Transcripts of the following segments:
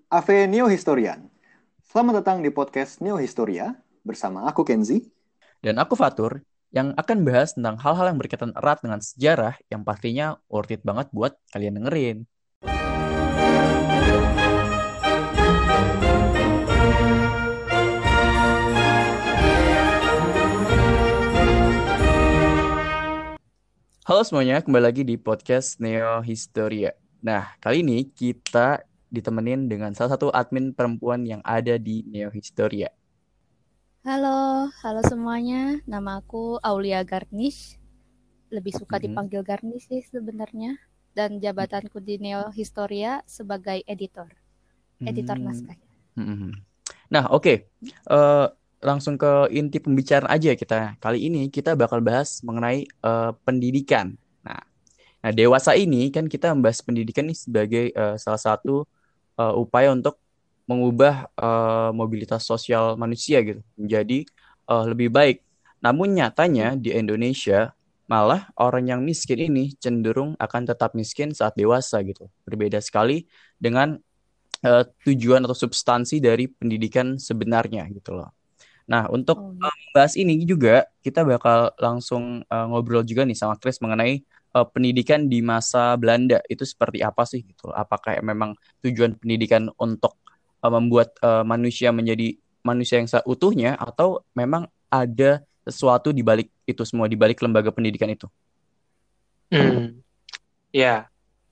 Ave Neo Historian. Selamat datang di podcast Neo Historia bersama aku Kenzi. Dan aku Fatur, yang akan bahas tentang hal-hal yang berkaitan erat dengan sejarah yang pastinya worth it banget buat kalian dengerin. Halo semuanya, kembali lagi di podcast Neo Historia. Nah, kali ini kita ditemenin dengan salah satu admin perempuan yang ada di Neo Historia. Halo semuanya. Nama aku Aulia Garnish. Lebih suka Mhm. dipanggil Garnish sih sebenarnya. Dan jabatanku di Neo Historia sebagai editor Hmm. naskah. Mhm. Nah, oke. Langsung ke inti pembicaraan aja kita. Kali ini kita bakal bahas mengenai pendidikan. Nah, dewasa ini kan kita membahas pendidikan ini sebagai salah satu upaya untuk mengubah mobilitas sosial manusia gitu menjadi lebih baik. Namun Iya. nyatanya di Indonesia malah orang yang miskin ini cenderung akan tetap miskin saat dewasa gitu. Berbeda sekali dengan tujuan atau substansi dari pendidikan sebenarnya gitu loh. Nah, untuk Oh iya. membahas ini juga kita bakal langsung ngobrol juga nih sama Chris mengenai pendidikan di masa Belanda itu seperti apa sih gitu. Apakah memang tujuan pendidikan untuk membuat manusia menjadi manusia yang seutuhnya atau memang ada sesuatu di balik itu semua, di balik lembaga pendidikan itu? Ya,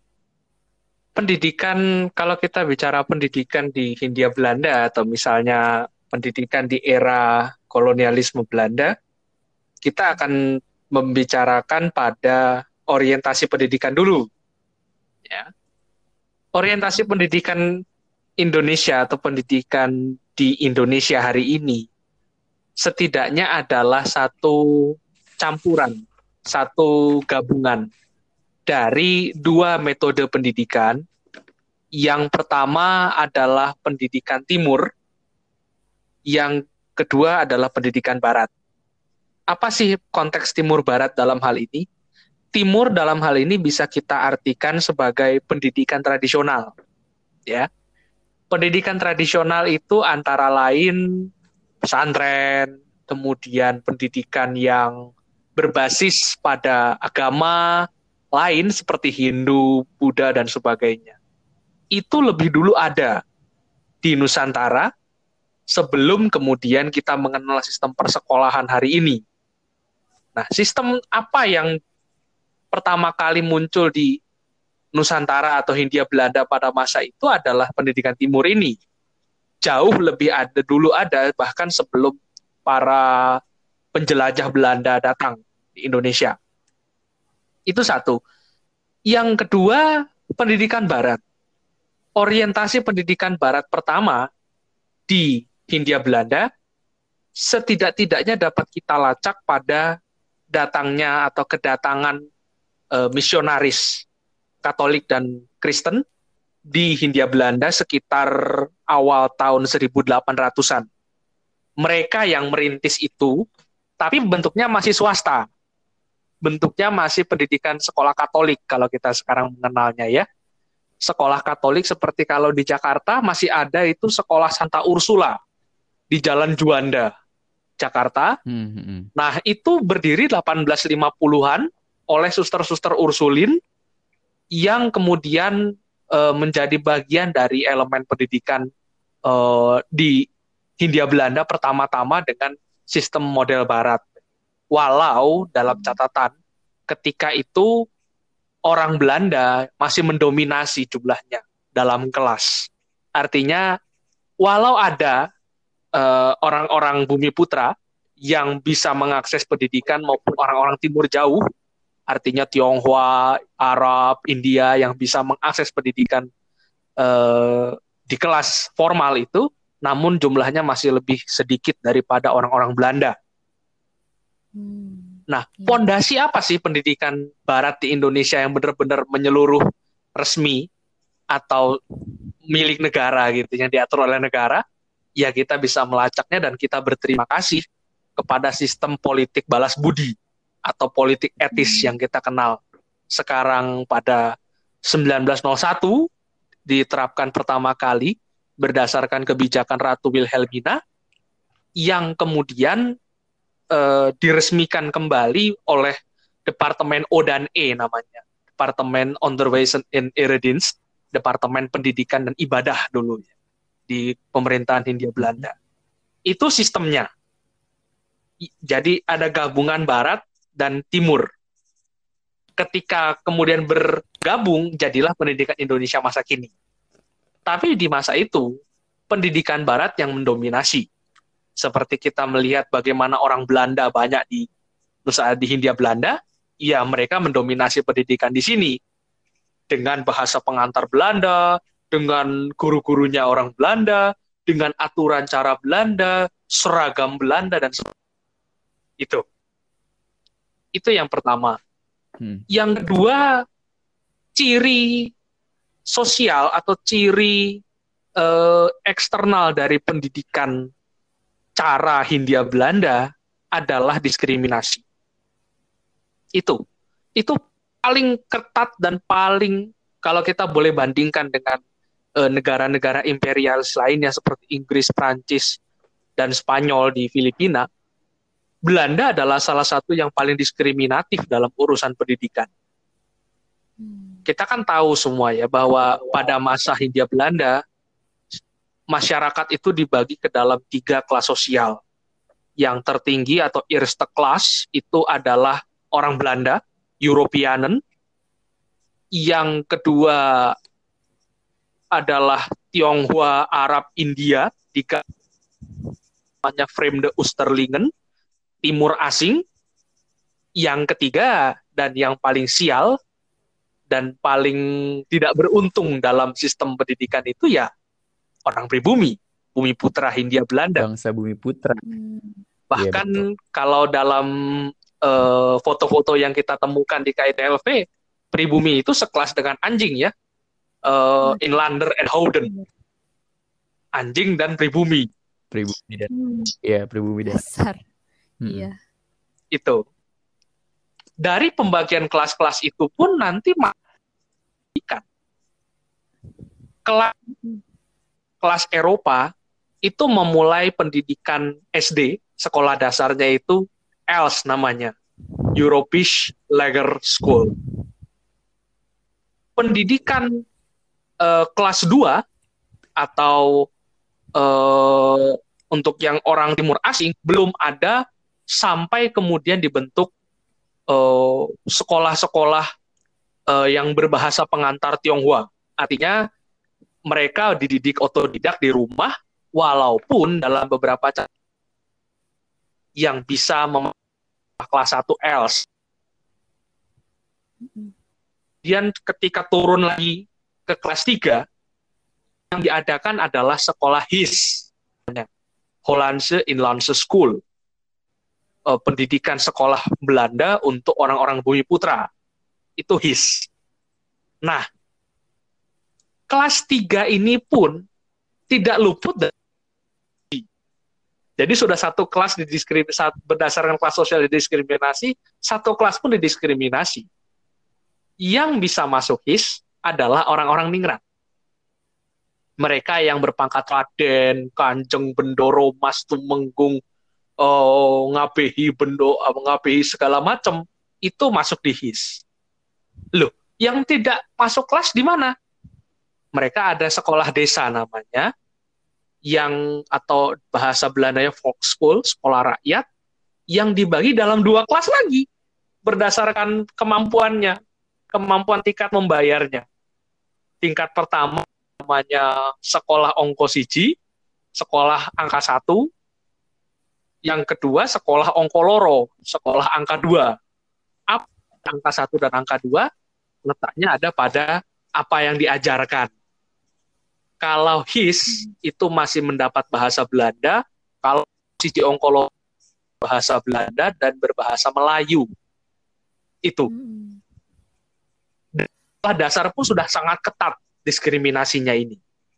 pendidikan kalau kita bicara pendidikan di Hindia Belanda atau misalnya pendidikan di era kolonialisme Belanda, kita akan membicarakan pada orientasi pendidikan dulu, ya. Orientasi pendidikan Indonesia atau pendidikan di Indonesia hari ini setidaknya adalah satu campuran, satu gabungan dari dua metode pendidikan. Yang pertama adalah pendidikan timur, yang kedua adalah pendidikan barat. Apa sih konteks timur barat dalam hal ini? Timur dalam hal ini bisa kita artikan sebagai pendidikan tradisional, ya. Pendidikan tradisional itu antara lain pesantren, kemudian pendidikan yang berbasis pada agama lain seperti Hindu, Buddha, dan sebagainya. Itu lebih dulu ada di Nusantara sebelum kemudian kita mengenal sistem persekolahan hari ini. Nah, sistem apa yang pertama kali muncul di Nusantara atau Hindia Belanda pada masa itu adalah pendidikan timur ini. Jauh lebih ada dulu ada bahkan sebelum para penjelajah Belanda datang di Indonesia. Itu satu. Yang kedua, pendidikan barat. Orientasi pendidikan barat pertama di Hindia Belanda setidak-tidaknya dapat kita lacak pada datangnya atau kedatangan misionaris Katolik dan Kristen di Hindia Belanda sekitar awal tahun 1800-an. Mereka yang merintis itu, tapi bentuknya masih swasta. Bentuknya masih pendidikan sekolah Katolik kalau kita sekarang mengenalnya ya. Sekolah Katolik seperti kalau di Jakarta masih ada itu sekolah Santa Ursula di Jalan Juanda, Jakarta. Hmm, hmm, hmm. Nah, itu berdiri 1850-an oleh suster-suster Ursulin yang kemudian menjadi bagian dari elemen pendidikan di Hindia Belanda pertama-tama dengan sistem model barat. Walau dalam catatan ketika itu orang Belanda masih mendominasi jumlahnya dalam kelas. Artinya walau ada orang-orang Bumi Putra yang bisa mengakses pendidikan maupun orang-orang timur jauh, artinya Tionghoa, Arab, India yang bisa mengakses pendidikan di kelas formal itu, namun jumlahnya masih lebih sedikit daripada orang-orang Belanda. Nah, Iya. fondasi apa sih pendidikan barat di Indonesia yang benar-benar menyeluruh resmi atau milik negara gitu, yang diatur oleh negara? Ya kita bisa melacaknya dan kita berterima kasih kepada sistem politik balas budi atau politik etis yang kita kenal sekarang pada 1901 diterapkan pertama kali berdasarkan kebijakan Ratu Wilhelmina yang kemudian diresmikan kembali oleh Departemen O dan E namanya. Departemen Onderwijs en Eredienst, Departemen Pendidikan dan Ibadah dulu ya, di pemerintahan Hindia Belanda. Itu sistemnya. Jadi ada gabungan Barat dan Timur. Ketika kemudian bergabung, jadilah pendidikan Indonesia masa kini. Tapi di masa itu, pendidikan Barat yang mendominasi. Seperti kita melihat bagaimana orang Belanda banyak di Hindia Belanda, ya mereka mendominasi pendidikan di sini. Dengan bahasa pengantar Belanda, dengan guru-gurunya orang Belanda, dengan aturan cara Belanda, seragam Belanda, dan itu. Itu yang pertama. Yang kedua, ciri sosial atau ciri eksternal dari pendidikan cara Hindia Belanda adalah diskriminasi. Itu paling ketat dan paling, kalau kita boleh bandingkan dengan negara-negara imperialis lainnya seperti Inggris, Prancis, dan Spanyol di Filipina, Belanda adalah salah satu yang paling diskriminatif dalam urusan pendidikan. Kita kan tahu semua ya bahwa pada masa Hindia Belanda, masyarakat itu dibagi ke dalam 3 kelas sosial. Yang tertinggi atau eerste kelas itu adalah orang Belanda, Europeanen. Yang kedua adalah Tionghoa, Arab, India, namanya Vreemde Oosterlingen, Timur asing. Yang ketiga dan yang paling sial dan paling tidak beruntung dalam sistem pendidikan itu ya orang pribumi, bumi putra Hindia Belanda. Bangsa bumi putra. Bahkan Iya, kalau dalam foto-foto yang kita temukan di KITLV, pribumi itu sekelas dengan anjing ya. Inlander and Houden. Anjing dan pribumi. Pribumi dan ya pribumi dan Dasar. Iya. Itu. Dari pembagian kelas-kelas itu pun nanti kelas Eropa itu memulai pendidikan SD, sekolah dasarnya itu ELS namanya, Europäische Lager School. Pendidikan kelas 2 atau untuk yang orang timur asing belum ada sampai kemudian dibentuk sekolah-sekolah yang berbahasa pengantar Tionghoa. Artinya mereka dididik otodidak di rumah, walaupun dalam beberapa yang bisa kelas 1 ELS. Kemudian ketika turun lagi ke kelas 3, yang diadakan adalah sekolah HIS, Hollandse Inlandse School, pendidikan sekolah Belanda untuk orang-orang bumi putra. Itu HIS. Nah, kelas 3 ini pun tidak luput dari. Jadi sudah satu kelas berdasarkan kelas sosial didiskriminasi, satu kelas pun didiskriminasi. Yang bisa masuk HIS adalah orang-orang ningrat. Mereka yang berpangkat Raden, Kanjeng, Bendoro, Mas, Tumenggung, ngabehi segala macam, itu masuk di HIS. Loh, yang tidak masuk kelas di mana? Mereka ada sekolah desa namanya, yang atau bahasa Belandanya Volkschool, sekolah rakyat, yang dibagi dalam 2 kelas lagi berdasarkan kemampuannya, kemampuan tingkat membayarnya. Tingkat pertama namanya sekolah ongko siji, sekolah angka 1. Yang kedua sekolah ongko loro, sekolah angka 2. Angka 1 dan angka 2 letaknya ada pada apa yang diajarkan. Kalau HIS itu masih mendapat bahasa Belanda, kalau siji ongko loro bahasa Belanda dan berbahasa Melayu. Itu. Dasar pun sudah sangat ketat diskriminasinya ini.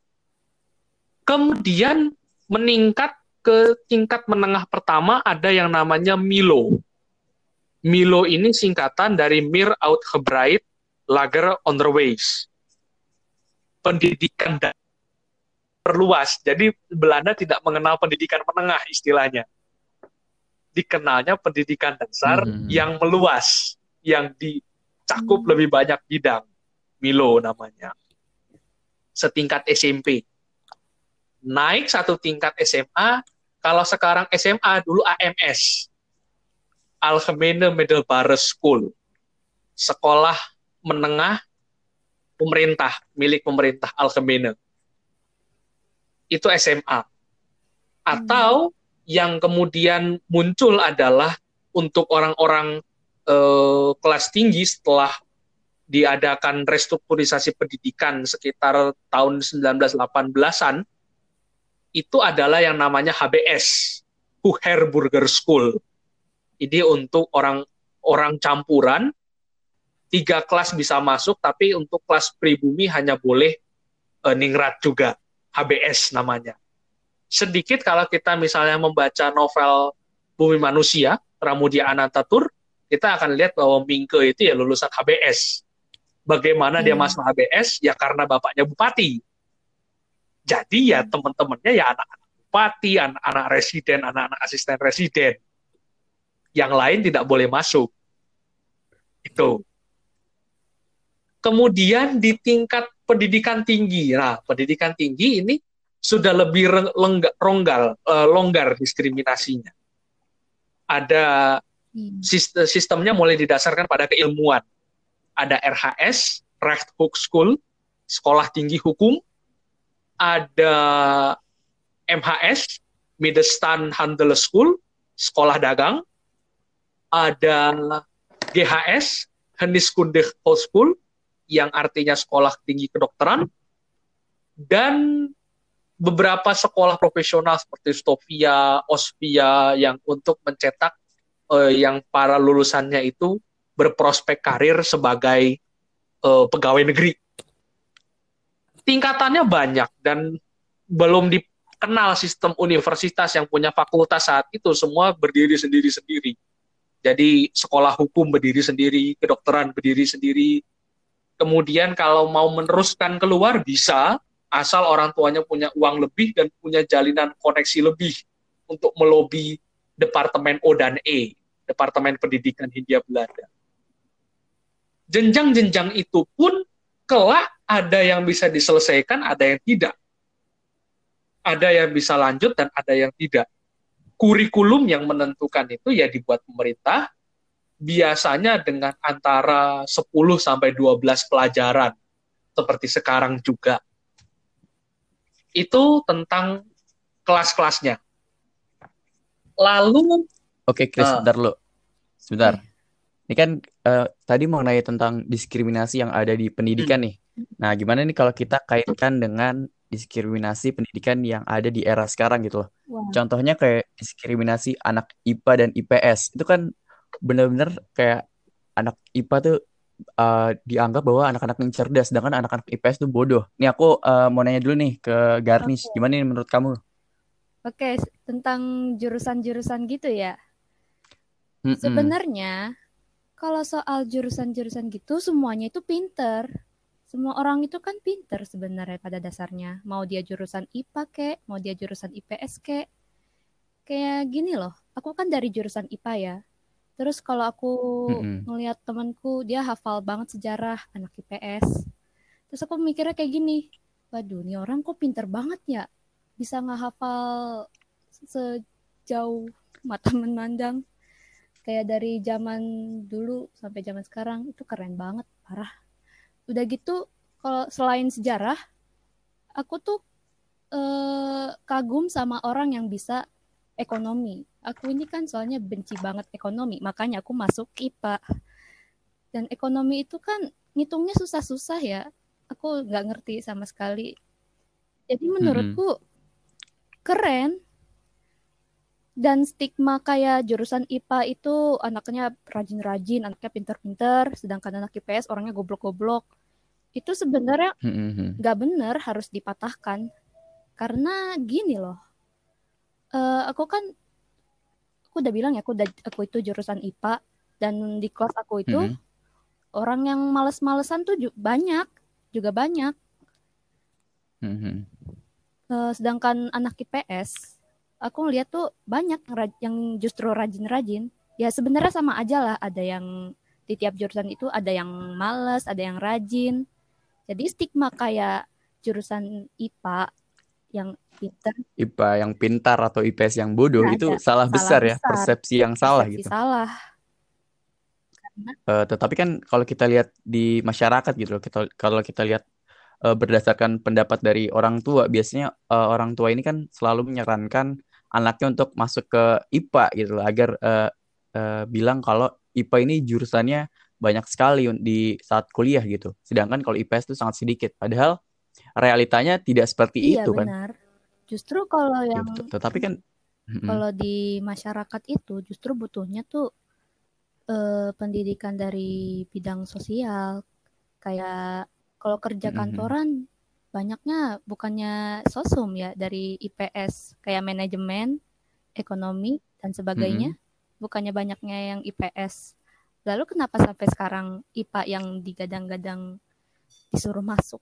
Kemudian meningkat ke tingkat menengah pertama ada yang namanya MILO. MILO ini singkatan dari Meer Uitgebreid Lager Onderwijs. Pendidikan diperluas. Jadi Belanda tidak mengenal pendidikan menengah istilahnya. Dikenalnya pendidikan dasar yang meluas, yang dicakup lebih banyak bidang. Milo namanya. Setingkat SMP. Naik satu tingkat SMA, kalau sekarang SMA dulu AMS. Algemene Middelbare School. Sekolah menengah pemerintah, milik pemerintah Algemene. Itu SMA. Atau yang kemudian muncul adalah untuk orang-orang kelas tinggi setelah diadakan restrukturisasi pendidikan sekitar tahun 1918-an, itu adalah yang namanya HBS, Hoger Burger School. Ini untuk orang campuran, 3 kelas bisa masuk, tapi untuk kelas pribumi hanya boleh ningrat juga, HBS namanya. Sedikit kalau kita misalnya membaca novel Bumi Manusia, Pramudia Anantatur, kita akan lihat bahwa Mingke itu ya lulusan HBS. Bagaimana dia masuk HBS? Ya karena bapaknya bupati. Jadi ya teman-temannya ya anak-anak bupati, anak-anak residen, anak-anak asisten residen. Yang lain tidak boleh masuk. Itu. Kemudian di tingkat pendidikan tinggi. Nah, pendidikan tinggi ini sudah lebih longgar diskriminasinya. Ada sistemnya mulai didasarkan pada keilmuan. Ada RHS, Rechtshochschule, Sekolah Tinggi Hukum. Ada MHS, Middelstandshandelschool, Sekolah Dagang. Ada GHS, Geneeskundige Hogeschool, yang artinya Sekolah Tinggi Kedokteran. Dan beberapa sekolah profesional seperti Stovia, Ospia yang untuk mencetak yang para lulusannya itu berprospek karir sebagai pegawai negeri. Tingkatannya banyak dan belum dikenal sistem universitas yang punya fakultas saat itu, semua berdiri sendiri-sendiri. Jadi sekolah hukum berdiri sendiri, kedokteran berdiri sendiri. Kemudian kalau mau meneruskan keluar bisa, asal orang tuanya punya uang lebih dan punya jalinan koneksi lebih untuk melobi Departemen O dan E, Departemen Pendidikan Hindia Belanda. Jenjang-jenjang itu pun kelak ada yang bisa diselesaikan, ada yang tidak. Ada yang bisa lanjut dan ada yang tidak. Kurikulum yang menentukan itu ya dibuat pemerintah, biasanya dengan antara 10 sampai 12 pelajaran, seperti sekarang juga. Itu tentang kelas-kelasnya. Lalu Oke, Chris, sebentar lu. Sebentar. Ini kan tadi mengenai tentang diskriminasi yang ada di pendidikan nih. Nah, gimana nih kalau kita kaitkan dengan diskriminasi pendidikan yang ada di era sekarang gitu loh. Contohnya kayak diskriminasi anak IPA dan IPS. Itu kan benar-benar kayak anak IPA tuh dianggap bahwa anak-anak yang cerdas, sedangkan anak-anak IPS tuh bodoh. Nih aku mau nanya dulu nih ke Garnish, gimana nih menurut kamu? Oke, tentang jurusan-jurusan gitu ya. Sebenarnya kalau soal jurusan-jurusan gitu semuanya itu pinter. Semua orang itu kan pinter sebenarnya pada dasarnya. Mau dia jurusan IPA kek, mau dia jurusan IPS kek. Kayak gini loh, aku kan dari jurusan IPA ya. Terus kalau aku ngelihat temanku, dia hafal banget sejarah anak IPS. Terus aku mikirnya kayak gini, waduh, nih orang kok pinter banget ya, bisa ngehafal sejauh mata memandang. Kayak dari zaman dulu sampai zaman sekarang, itu keren banget, parah. Udah gitu, kalau selain sejarah, aku tuh kagum sama orang yang bisa ekonomi. Aku ini kan soalnya benci banget ekonomi, makanya aku masuk IPA. Dan ekonomi itu kan ngitungnya susah-susah ya. Aku nggak ngerti sama sekali. Jadi menurutku keren. Dan stigma kayak jurusan IPA itu anaknya rajin-rajin, anaknya pinter-pinter, sedangkan anak IPS orangnya goblok-goblok. Itu sebenarnya nggak benar, harus dipatahkan. Karena gini loh, aku udah bilang ya, aku itu jurusan IPA, dan di kelas aku itu orang yang males-malesan tuh juga banyak. Sedangkan anak IPS, aku ngeliat tuh banyak yang justru rajin-rajin. Ya sebenarnya sama aja lah, ada yang di tiap jurusan itu ada yang malas, ada yang rajin. Jadi stigma kayak jurusan IPA yang pintar, IPA yang pintar atau IPS yang bodoh nggak itu ada, salah salah besar ya, besar, persepsi yang salah persepsi gitu. salah. Karena Tetapi kan kalau kita lihat di masyarakat gitu loh, kalau kita lihat berdasarkan pendapat dari orang tua, biasanya orang tua ini kan selalu menyarankan anaknya untuk masuk ke IPA gitu loh, agar bilang kalau IPA ini jurusannya banyak sekali di saat kuliah gitu. Sedangkan kalau IPS itu sangat sedikit. Padahal realitanya tidak seperti iya itu kan. benar. Justru kalau Ya yang betul. Tetapi kan kalau di masyarakat itu justru butuhnya tuh pendidikan dari bidang sosial. Kayak kalau kerja kantoran banyaknya bukannya sosum ya dari IPS kayak manajemen, ekonomi dan sebagainya. Bukannya banyaknya yang IPS. Lalu kenapa sampai sekarang IPA yang digadang-gadang disuruh masuk?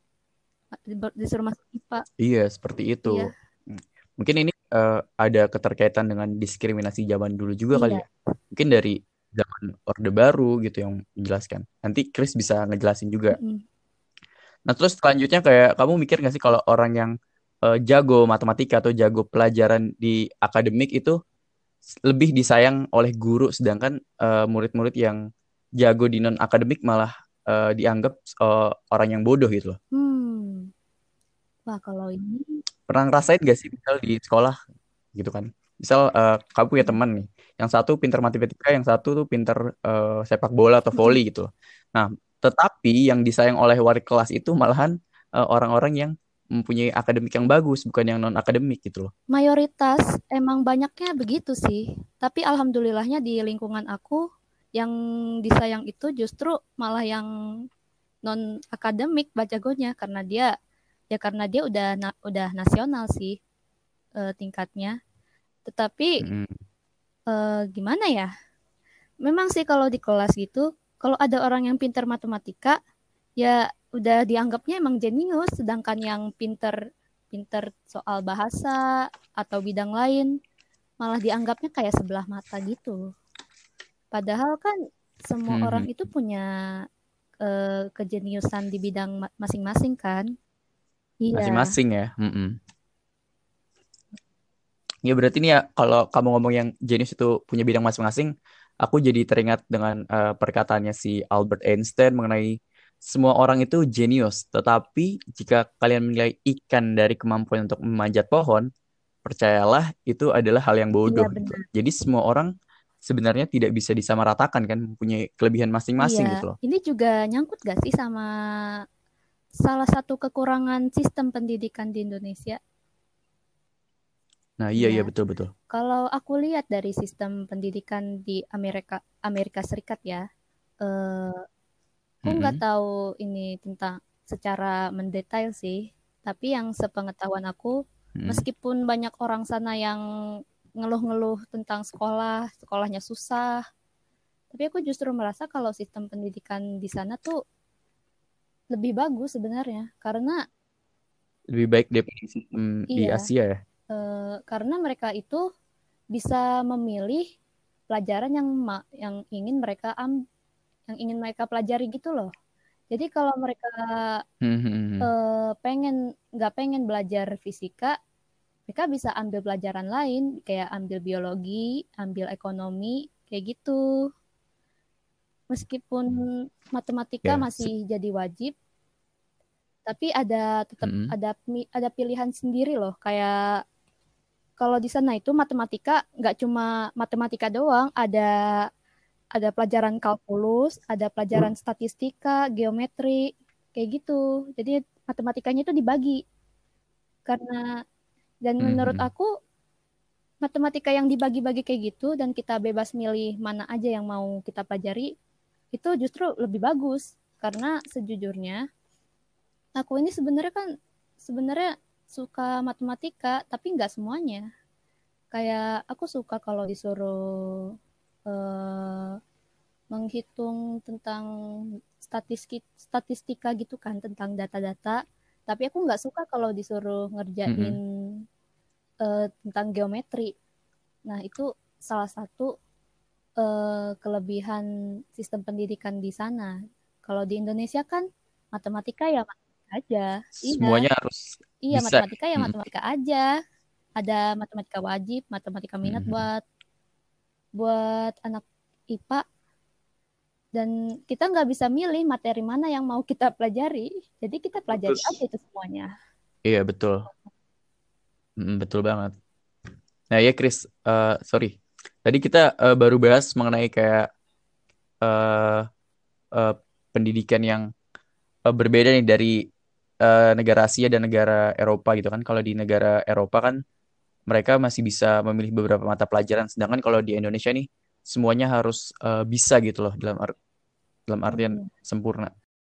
Disuruh masuk IPA. iya seperti itu. Iya, Hmm. Mungkin ini ada keterkaitan dengan diskriminasi zaman dulu juga kali iya. ya. Mungkin dari zaman Orde Baru gitu yang menjelaskan. Nanti Chris bisa ngejelasin juga. Mm-mm. Nah, terus selanjutnya kayak kamu mikir nggak sih kalau orang yang jago matematika atau jago pelajaran di akademik itu lebih disayang oleh guru, sedangkan murid-murid yang jago di non akademik malah dianggap orang yang bodoh gitu loh. Hmm. Wah, kalau ini Pernah ngerasain gak sih misal di sekolah gitu kan? Misal kamu punya teman nih, yang satu pinter matematika, yang satu tuh pinter sepak bola atau mm-mm. voli gitu. Nah, tetapi yang disayang oleh wali kelas itu malahan orang-orang yang mempunyai akademik yang bagus, bukan yang non akademik gitu loh. Mayoritas emang banyaknya begitu sih. Tapi alhamdulillahnya di lingkungan aku yang disayang itu justru malah yang non akademik jagonya karena dia udah nasional sih tingkatnya. Tetapi Mm-mm. gimana ya? Memang sih kalau di kelas gitu, kalau ada orang yang pintar matematika, ya udah dianggapnya emang jenius, sedangkan yang pintar pintar soal bahasa atau bidang lain malah dianggapnya kayak sebelah mata gitu. Padahal kan semua orang Mhm. itu punya kejeniusan di bidang masing-masing kan? Iya. Masing-masing ya. Mm-mm. Ya berarti nih ya kalau kamu ngomong yang jenius itu punya bidang masing-masing, aku jadi teringat dengan perkataannya si Albert Einstein mengenai semua orang itu jenius, tetapi jika kalian menilai ikan dari kemampuan untuk memanjat pohon, percayalah itu adalah hal yang Iya bodoh gitu. benar. Jadi semua orang sebenarnya tidak bisa disamaratakan kan, mempunyai kelebihan Iya, masing-masing gitu loh. ini juga nyangkut gak sih sama salah satu kekurangan sistem pendidikan di Indonesia? Nah, iya Nih iya ya, betul betul. kalau aku lihat dari sistem pendidikan di Amerika Serikat ya, eh, aku nggak Mm-mm. tahu ini tentang secara mendetail sih, tapi yang sepengetahuan aku, Mm-mm. meskipun banyak orang sana yang ngeluh-ngeluh tentang sekolahnya susah, tapi aku justru merasa kalau sistem pendidikan di sana tuh lebih bagus sebenarnya, Lebih baik daripada sistem di iya, Asia ya. karena mereka itu bisa memilih pelajaran yang ingin mereka pelajari gitu loh. Jadi kalau mereka Hmm. nggak pengen belajar fisika, mereka bisa ambil pelajaran lain, kayak ambil biologi, ambil ekonomi, kayak gitu. Meskipun matematika Ya. masih jadi wajib, tapi tetap Mm-mm. ada pilihan sendiri loh. Kayak kalau di sana itu matematika nggak cuma matematika doang, ada pelajaran kalkulus, ada pelajaran statistika, geometri, kayak gitu. Jadi matematikanya itu dibagi karena dan menurut Mhm. aku matematika yang dibagi-bagi kayak gitu dan kita bebas milih mana aja yang mau kita pelajari itu justru lebih bagus karena sejujurnya aku ini sebenarnya suka matematika tapi nggak semuanya. Kayak aku suka kalau disuruh eh, menghitung tentang statistika gitu kan tentang data-data. Tapi aku nggak suka kalau disuruh ngerjain tentang geometri. Nah, itu salah satu kelebihan sistem pendidikan di sana. Kalau di Indonesia kan matematika ya matematika aja. Semuanya harus Iya, bisa. matematika ya matematika aja. Ada matematika wajib, matematika minat buat anak IPA. Dan kita nggak bisa milih materi mana yang mau kita pelajari. Jadi kita pelajari aja itu semuanya. Iya, betul. Betul banget. Nah ya Chris, sorry. Tadi kita baru bahas mengenai kayak pendidikan yang berbeda nih dari negara Asia dan negara Eropa gitu kan. Kalau di negara Eropa kan mereka masih bisa memilih beberapa mata pelajaran. Sedangkan kalau di Indonesia nih semuanya harus bisa gitu loh dalam artian sempurna.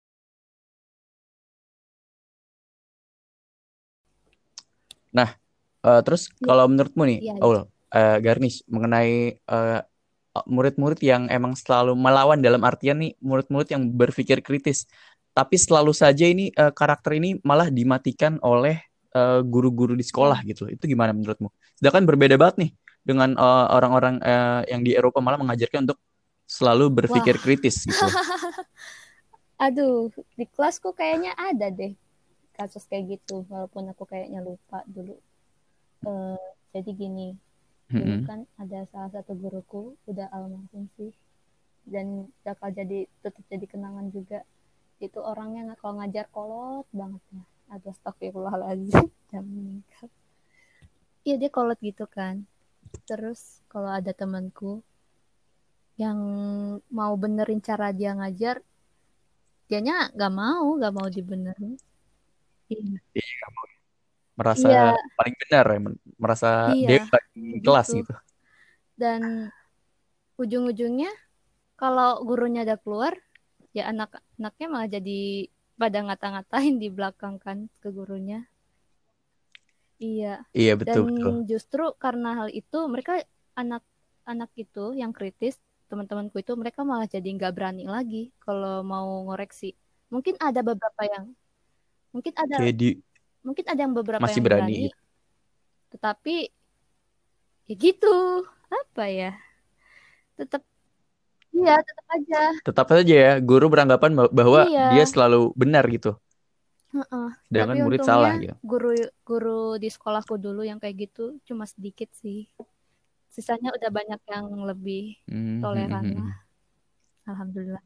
Nah, terus kalau menurutmu nih, Aul, Garnish, mengenai murid-murid yang emang selalu melawan dalam artian nih murid-murid yang berpikir kritis, tapi selalu saja ini karakter ini malah dimatikan oleh guru-guru di sekolah gitu. Itu gimana menurutmu? Sedangkan berbeda banget nih dengan orang-orang yang di Eropa malah mengajarkan untuk selalu berpikir kritis gitu. Aduh, di kelasku kayaknya ada deh kasus kayak gitu, walaupun aku kayaknya lupa dulu. Jadi gini, dulu kan ada salah satu guruku, udah almarhum sih, dan bakal tetap jadi kenangan juga. Itu orangnya kalau ngajar kolot banget ya. Aduh, astagfirullahaladzim, jangan meninggal. Iya, dia kolot gitu kan. Terus kalau ada temanku yang mau benerin cara dia ngajar, dianya nggak mau dibenerin. Iya, merasa paling benar ya, merasa dewa di kelas gitu. Dan ujung-ujungnya kalau gurunya udah keluar, ya anak-anaknya malah jadi pada ngata-ngatain di belakang kan ke gurunya. Iya, betul. Dan justru karena hal itu mereka anak-anak itu yang kritis, teman-temanku itu mereka malah jadi nggak berani lagi kalau mau ngoreksi. Mungkin ada beberapa yang mungkin ada yang beberapa masih yang berani gitu. Tetapi ya gitu, apa ya, tetap aja ya guru beranggapan bahwa dia selalu benar gitu. Tapi murid untungnya salah gitu. Guru di sekolahku dulu yang kayak gitu cuma sedikit sih. Sisanya udah banyak yang lebih toleran lah. Alhamdulillah.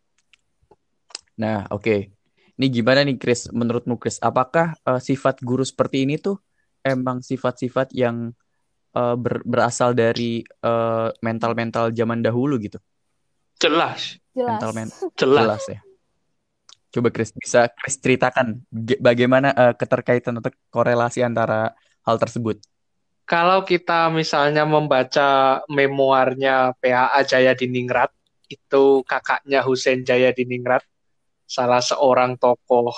Nah, oke. Ini gimana nih Chris? Menurutmu Chris, apakah sifat guru seperti ini tuh emang sifat-sifat yang berasal dari mental-mental zaman dahulu gitu? Jelas ya. Coba Chris, bisa Chris ceritakan bagaimana keterkaitan atau korelasi antara hal tersebut? Kalau kita misalnya membaca memoarnya PHA Jayadiningrat, itu kakaknya Hussein Jayadiningrat, salah seorang tokoh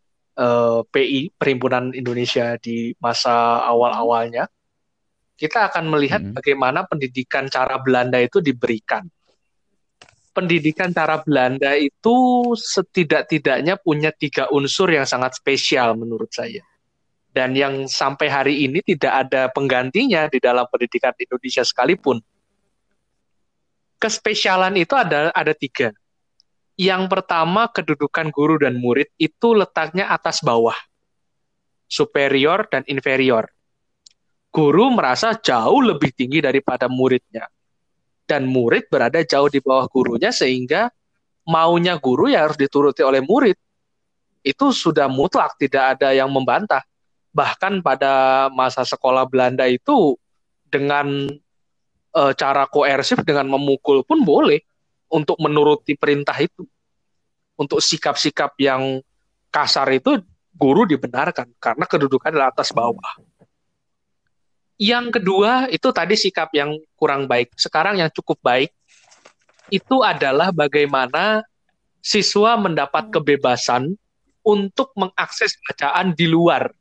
PI, Perhimpunan Indonesia di masa awal-awalnya, kita akan melihat bagaimana pendidikan cara Belanda itu diberikan. Pendidikan cara Belanda itu setidak-tidaknya punya 3 unsur yang sangat spesial menurut saya. Dan yang sampai hari ini tidak ada penggantinya di dalam pendidikan Indonesia sekalipun. Kespesialan itu ada 3. Yang pertama, kedudukan guru dan murid itu letaknya atas bawah. Superior dan inferior. Guru merasa jauh lebih tinggi daripada muridnya. Dan murid berada jauh di bawah gurunya sehingga maunya guru ya harus dituruti oleh murid. Itu sudah mutlak, tidak ada yang membantah. Bahkan pada masa sekolah Belanda itu dengan cara koersif, dengan memukul pun boleh untuk menuruti perintah itu. Untuk sikap-sikap yang kasar itu guru dibenarkan karena kedudukan adalah atas bawah. Yang kedua itu tadi sikap yang kurang baik. Sekarang yang cukup baik itu adalah bagaimana siswa mendapat kebebasan untuk mengakses bacaan di luar.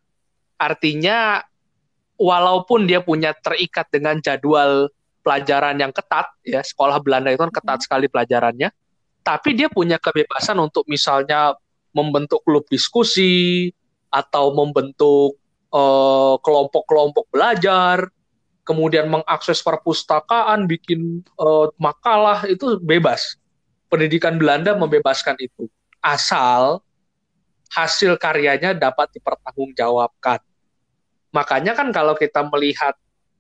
Artinya walaupun dia punya terikat dengan jadwal pelajaran yang ketat, ya sekolah Belanda itu kan ketat sekali pelajarannya, tapi dia punya kebebasan untuk misalnya membentuk klub diskusi, atau membentuk kelompok-kelompok belajar, kemudian mengakses perpustakaan, bikin makalah, itu bebas. Pendidikan Belanda membebaskan itu. Asal hasil karyanya dapat dipertanggungjawabkan. Makanya kan kalau kita melihat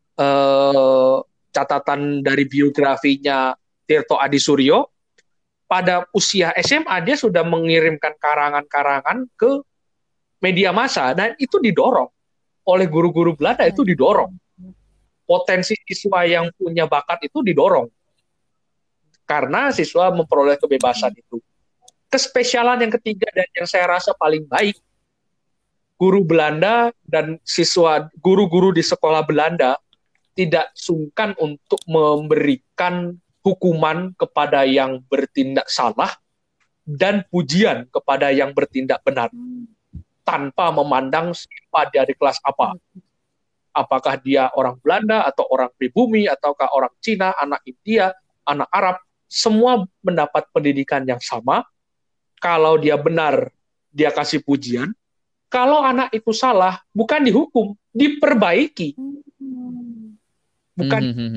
catatan dari biografinya Tirto Adi Suryo, pada usia SMA dia sudah mengirimkan karangan-karangan ke media massa, dan itu didorong oleh guru-guru Belanda, itu didorong. Potensi siswa yang punya bakat itu didorong karena siswa memperoleh kebebasan itu. Kespesialan yang ketiga dan yang saya rasa paling baik, guru Belanda dan guru-guru di sekolah Belanda tidak sungkan untuk memberikan hukuman kepada yang bertindak salah dan pujian kepada yang bertindak benar, tanpa memandang siapa dia di kelas apa. Apakah dia orang Belanda atau orang pribumi, ataukah orang Cina, anak India, anak Arab, semua mendapat pendidikan yang sama. Kalau dia benar, dia kasih pujian. Kalau anak itu salah, bukan dihukum, diperbaiki. Bukan.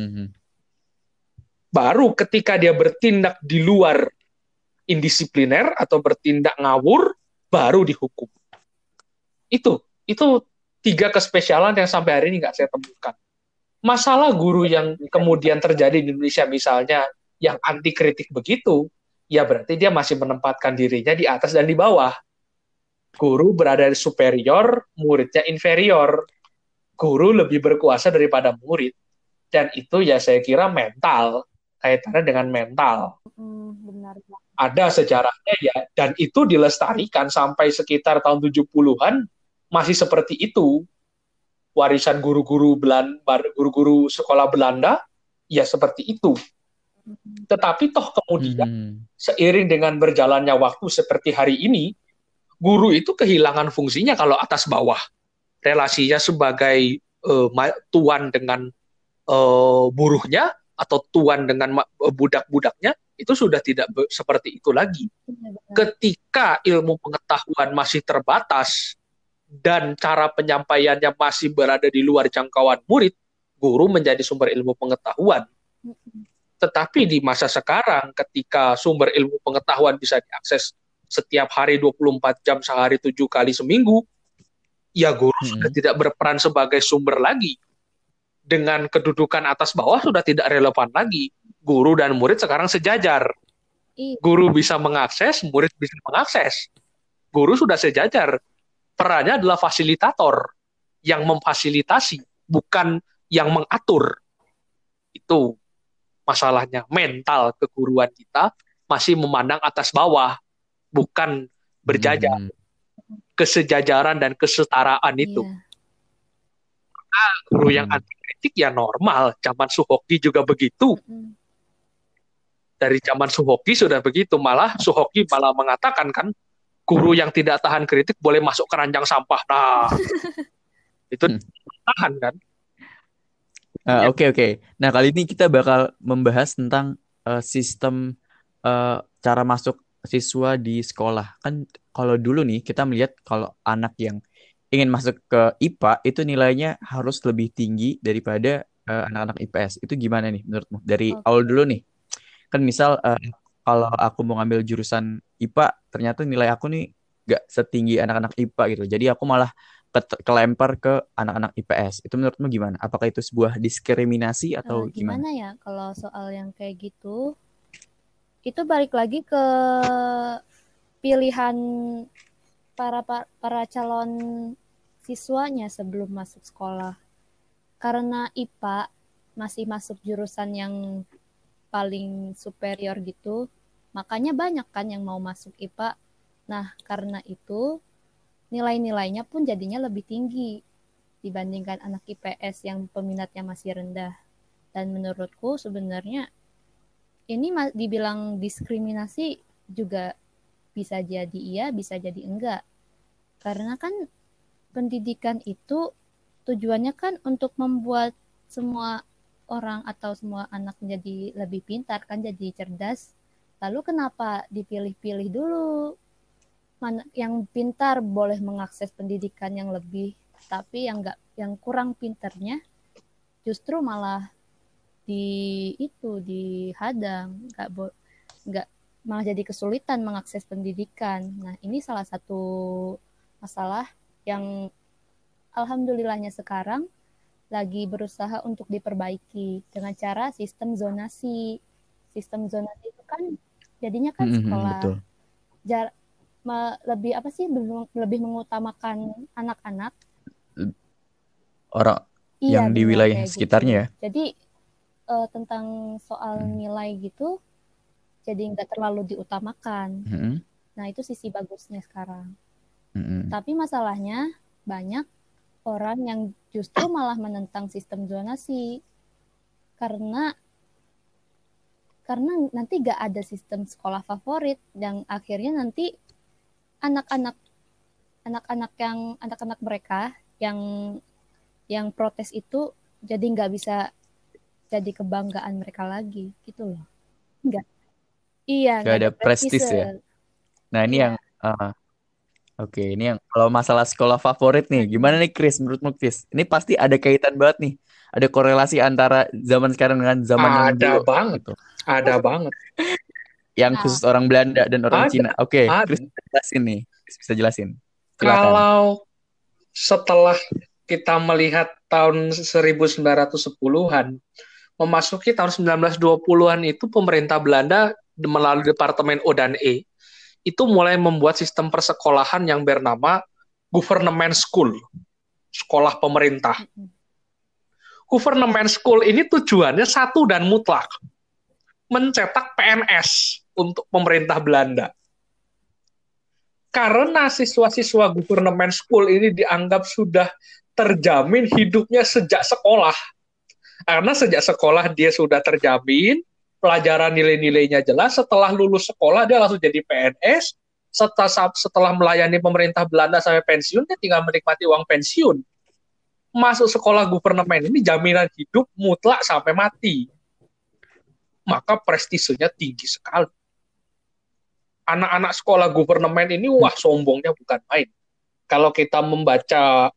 Baru ketika dia bertindak di luar indisipliner atau bertindak ngawur, baru dihukum. Itu 3 kespesialan yang sampai hari ini nggak saya temukan. Masalah guru yang kemudian terjadi di Indonesia misalnya, yang anti kritik begitu, ya berarti dia masih menempatkan dirinya di atas dan di bawah. Guru berada di superior, muridnya inferior. Guru lebih berkuasa daripada murid. Dan itu ya saya kira mental, kaitannya dengan mental. Benar. Ada sejarahnya ya, dan itu dilestarikan sampai sekitar tahun 70-an, masih seperti itu. Warisan guru-guru sekolah Belanda, ya seperti itu. Tetapi toh kemudian, seiring dengan berjalannya waktu seperti hari ini, guru itu kehilangan fungsinya kalau atas bawah. Relasinya sebagai tuan dengan buruhnya, atau tuan dengan budak-budaknya, itu sudah tidak seperti itu lagi. Ketika ilmu pengetahuan masih terbatas, dan cara penyampaiannya masih berada di luar jangkauan murid, guru menjadi sumber ilmu pengetahuan. Tetapi di masa sekarang, ketika sumber ilmu pengetahuan bisa diakses setiap hari 24 jam sehari 7 kali seminggu, ya guru sudah tidak berperan sebagai sumber lagi. Dengan kedudukan atas bawah sudah tidak relevan lagi. Guru dan murid sekarang sejajar. Guru bisa mengakses, murid bisa mengakses. Guru sudah sejajar. Perannya adalah fasilitator yang memfasilitasi, bukan yang mengatur. Itu masalahnya. Mental keguruan kita masih memandang atas bawah, bukan berjajar. Kesejajaran dan kesetaraan itu. Guru yang anti kritik ya normal. Zaman Suhoki juga begitu. Dari zaman Suhoki sudah begitu. Malah Suhoki malah mengatakan kan, guru yang tidak tahan kritik boleh masuk keranjang sampah. Nah, itu tahan kan. Oke. Nah, kali ini kita bakal membahas tentang sistem cara masuk siswa di sekolah. Kan kalau dulu nih kita melihat kalau anak yang ingin masuk ke IPA itu nilainya harus lebih tinggi daripada anak-anak IPS. Itu gimana nih menurutmu? Dari awal dulu nih. Kan misal kalau aku mau ngambil jurusan IPA, ternyata nilai aku nih gak setinggi anak-anak IPA gitu. Jadi aku malah kelempar ke anak-anak IPS. Itu menurutmu gimana? Apakah itu sebuah diskriminasi atau gimana? Gimana ya kalau soal yang kayak gitu? Itu balik lagi ke pilihan para calon siswanya sebelum masuk sekolah. Karena IPA masih masuk jurusan yang paling superior gitu, makanya banyak kan yang mau masuk IPA. Nah, karena itu nilai-nilainya pun jadinya lebih tinggi dibandingkan anak IPS yang peminatnya masih rendah. Dan menurutku sebenarnya ini dibilang diskriminasi juga bisa jadi iya, bisa jadi enggak. Karena kan pendidikan itu tujuannya kan untuk membuat semua orang atau semua anak menjadi lebih pintar kan, jadi cerdas. Lalu kenapa dipilih-pilih dulu yang pintar boleh mengakses pendidikan yang lebih, tapi yang kurang pintarnya justru malah dihadang, nggak malah jadi kesulitan mengakses pendidikan. Nah, ini salah satu masalah yang alhamdulillahnya sekarang lagi berusaha untuk diperbaiki dengan cara sistem zonasi. Sistem zonasi itu kan jadinya kan sekolah lebih mengutamakan anak-anak orang yang di wilayah sekitarnya gitu. ya. Jadi tentang soal nilai gitu jadi nggak terlalu diutamakan. Nah, itu sisi bagusnya sekarang. Tapi masalahnya banyak orang yang justru malah menentang sistem zonasi karena nanti nggak ada sistem sekolah favorit yang akhirnya nanti anak-anak mereka yang protes itu jadi nggak bisa jadi kebanggaan mereka lagi gitu loh. Nggak ada prestis ya. Nah, ini yang Oke, ini yang kalau masalah sekolah favorit nih, gimana nih Chris, menurutmu Chris? Ini pasti ada kaitan banget nih, ada korelasi antara zaman sekarang dengan zaman yang dulu. Ada banget. Yang khusus orang Belanda dan orang Cina. Oke, Chris jelasin nih, bisa jelasin. Silakan. Kalau setelah kita melihat tahun 1910-an, memasuki tahun 1920-an itu pemerintah Belanda melalui Departemen O dan E itu mulai membuat sistem persekolahan yang bernama government school, sekolah pemerintah. Government school ini tujuannya satu dan mutlak, mencetak PNS untuk pemerintah Belanda. Karena siswa-siswa government school ini dianggap sudah terjamin hidupnya sejak sekolah. Karena sejak sekolah dia sudah terjamin, pelajaran nilai-nilainya jelas, setelah lulus sekolah dia langsung jadi PNS, setelah melayani pemerintah Belanda sampai pensiun, dia tinggal menikmati uang pensiun. Masuk sekolah government ini jaminan hidup mutlak sampai mati. Maka prestisenya tinggi sekali. Anak-anak sekolah government ini, wah sombongnya bukan main. Kalau kita membaca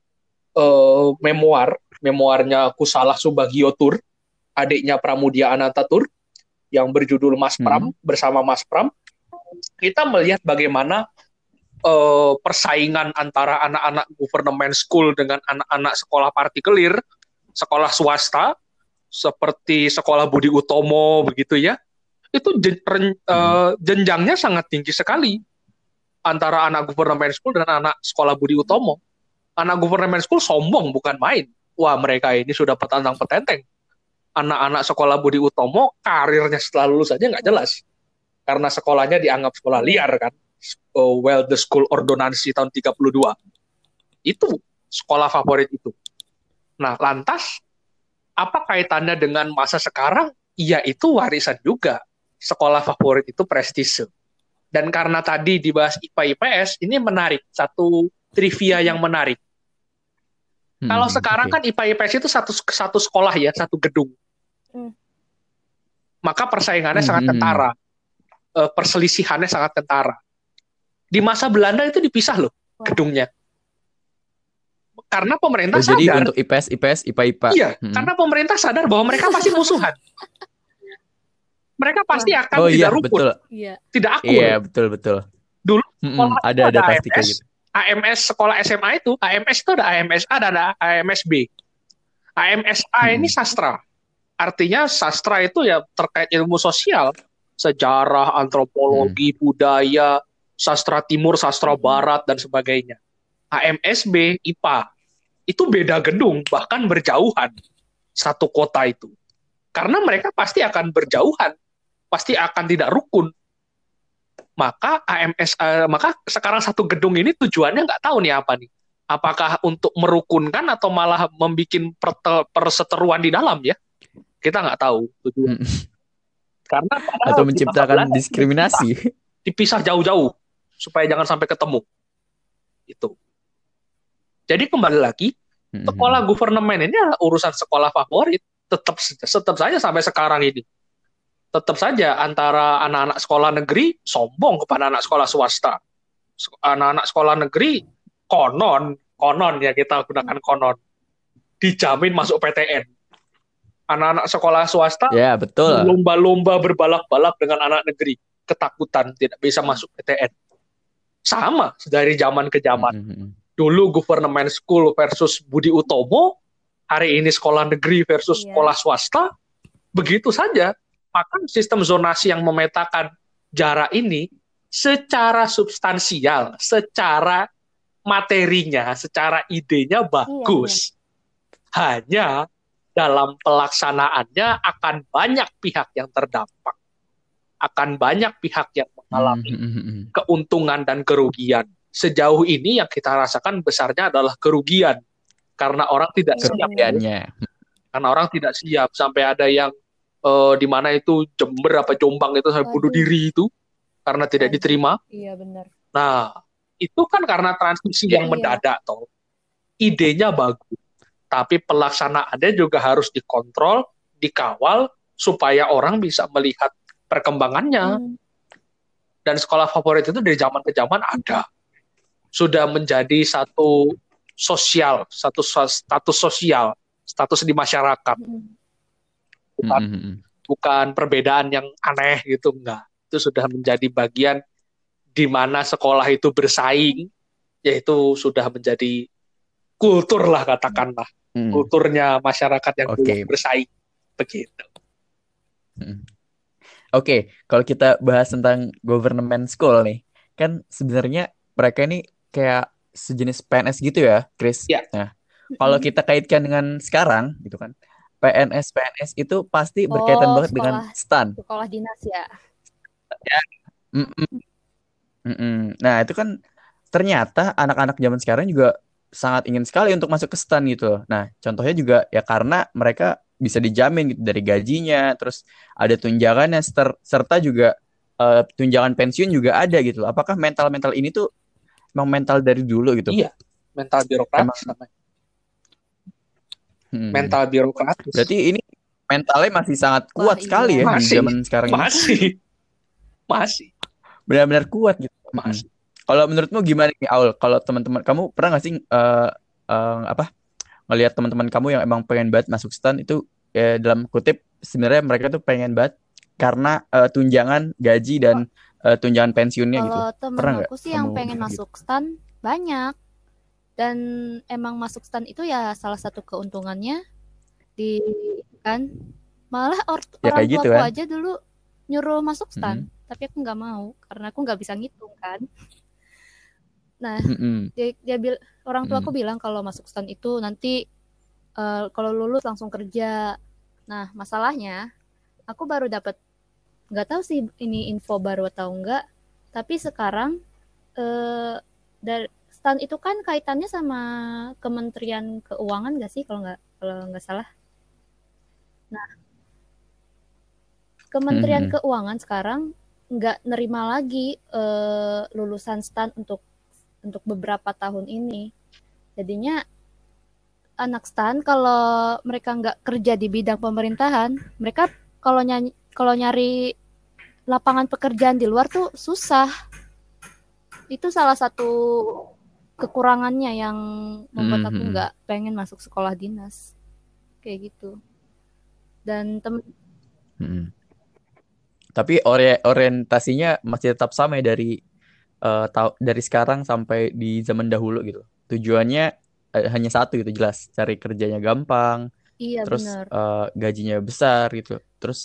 memoarnya Kusalah Subagiotur, adiknya Pramudia Anantatur, yang berjudul Mas Pram, bersama Mas Pram, kita melihat bagaimana persaingan antara anak-anak government school dengan anak-anak sekolah partikelir, sekolah swasta, seperti sekolah Budi Utomo, begitu ya, itu jenjangnya sangat tinggi sekali antara anak government school dan anak sekolah Budi Utomo. Anak government school sombong bukan main. Wah, mereka ini sudah petantang-petenteng. Anak-anak sekolah Budi Utomo karirnya setelah lulus aja nggak jelas karena sekolahnya dianggap sekolah liar kan. The School Ordonansi tahun 32 itu sekolah favorit itu. Nah, lantas apa kaitannya dengan masa sekarang? Ya, itu warisan juga. Sekolah favorit itu prestise. Dan karena tadi dibahas IPA IPS, ini menarik, satu trivia yang menarik. Kalau sekarang kan IPA IPS itu satu sekolah ya, satu gedung. Maka persaingannya sangat kentara. Perselisihannya sangat kentara. Di masa Belanda itu dipisah loh gedungnya. Karena pemerintah sadar. Jadi untuk IPS, IPA, IPA. Iya, karena pemerintah sadar bahwa mereka pasti musuhan. Mereka pasti akan tidak rukun. Betul. Tidak akur. Iya, betul. Dulu ada pasti kayak gitu. AMS sekolah SMA itu, AMS itu ada AMSA dan ada AMSB. AMSA ini sastra. Artinya sastra itu ya terkait ilmu sosial, sejarah, antropologi, budaya, sastra timur, sastra barat, dan sebagainya. AMSB, IPA. Itu beda gedung, bahkan berjauhan satu kota itu. Karena mereka pasti akan berjauhan, pasti akan tidak rukun. Maka maka sekarang satu gedung ini tujuannya nggak tahu nih apa nih. Apakah untuk merukunkan atau malah membuat perseteruan di dalam ya? Kita nggak tahu tujuan. Karena atau menciptakan diskriminasi. Dipisah jauh-jauh supaya jangan sampai ketemu. Itu. Jadi kembali lagi, sekolah government ini adalah urusan sekolah favorit. Tetap saja sampai sekarang ini. Tetap saja antara anak-anak sekolah negeri sombong kepada anak sekolah swasta. anak-anak sekolah negeri konon ya, kita gunakan konon, dijamin masuk PTN. Anak-anak sekolah swasta Ya, betul. lomba-lomba berbalap-balap dengan anak negeri, ketakutan tidak bisa masuk PTN. Sama dari zaman ke zaman. Dulu government school versus Budi Utomo, hari ini sekolah negeri versus sekolah swasta, begitu saja. Maka sistem zonasi yang memetakan jarak ini secara substansial, secara materinya, secara idenya bagus. Hanya dalam pelaksanaannya akan banyak pihak yang terdampak. Akan banyak pihak yang mengalami keuntungan dan kerugian. Sejauh ini yang kita rasakan besarnya adalah kerugian. Karena orang tidak siap. Karena orang tidak siap. Sampai ada yang di mana itu Jember apa Jombang itu sampai bunuh diri itu. Karena tidak diterima. Iya benar. Nah, itu kan karena transisi yang mendadak toh. Idenya bagus. Tapi pelaksanaannya juga harus dikontrol, dikawal, supaya orang bisa melihat perkembangannya. Dan sekolah favorit itu dari zaman ke zaman ada. Sudah menjadi satu sosial, satu status sosial, status di masyarakat. Bukan perbedaan yang aneh gitu, enggak. Itu sudah menjadi bagian di mana sekolah itu bersaing, yaitu sudah menjadi kultur lah katakanlah. Kulturnya masyarakat yang bersaing. Begitu. Oke, kalau kita bahas tentang government school nih, kan sebenarnya mereka ini kayak sejenis PNS gitu ya, Chris. Ya. Nah, kalau kita kaitkan dengan sekarang, gitu kan, PNS itu pasti berkaitan banget dengan STAN. Sekolah dinas ya. Nah, itu kan ternyata anak-anak zaman sekarang juga sangat ingin sekali untuk masuk ke STAN gitu. Nah, contohnya juga ya karena mereka bisa dijamin gitu dari gajinya, terus ada tunjangannya, serta juga tunjangan pensiun juga ada gitu. Apakah mental ini tuh emang mental dari dulu gitu? Iya, mental birokratis namanya. Mental birokratis. Berarti ini mentalnya masih sangat kuat sekali ya di zaman sekarang ini. Masih. Benar-benar kuat gitu. Masih. Kalau menurutmu gimana nih, Aul? Kalau teman-teman kamu pernah nggak sih ngelihat teman-teman kamu yang emang pengen banget masuk STAN itu dalam kutip sebenarnya mereka tuh pengen banget karena tunjangan gaji dan tunjangan pensiunnya gitu. Kalau temen aku sih yang pengen masuk STAN banyak, dan emang masuk STAN itu ya salah satu keuntungannya kan malah orang kayak tuaku gitu kan? aja dulu nyuruh masuk STAN, tapi aku nggak mau karena aku nggak bisa ngitung kan. Nah, orang tua aku bilang kalau masuk STAN itu nanti kalau lulus langsung kerja. Nah, masalahnya aku baru dapat, nggak tahu sih ini info baru atau enggak, tapi sekarang dari STAN itu kan kaitannya sama Kementerian Keuangan nggak sih kalau nggak salah. Nah, Kementerian Keuangan sekarang nggak nerima lagi lulusan STAN untuk beberapa tahun ini. Jadinya anak STAN kalau mereka nggak kerja di bidang pemerintahan, mereka kalau nyari lapangan pekerjaan di luar tuh susah. Itu salah satu kekurangannya yang membuat aku nggak pengen masuk sekolah dinas kayak gitu. Dan tapi orientasinya masih tetap sama ya dari sekarang sampai di zaman dahulu gitu. Tujuannya hanya satu gitu, jelas, cari kerjanya gampang, terus gajinya besar gitu, terus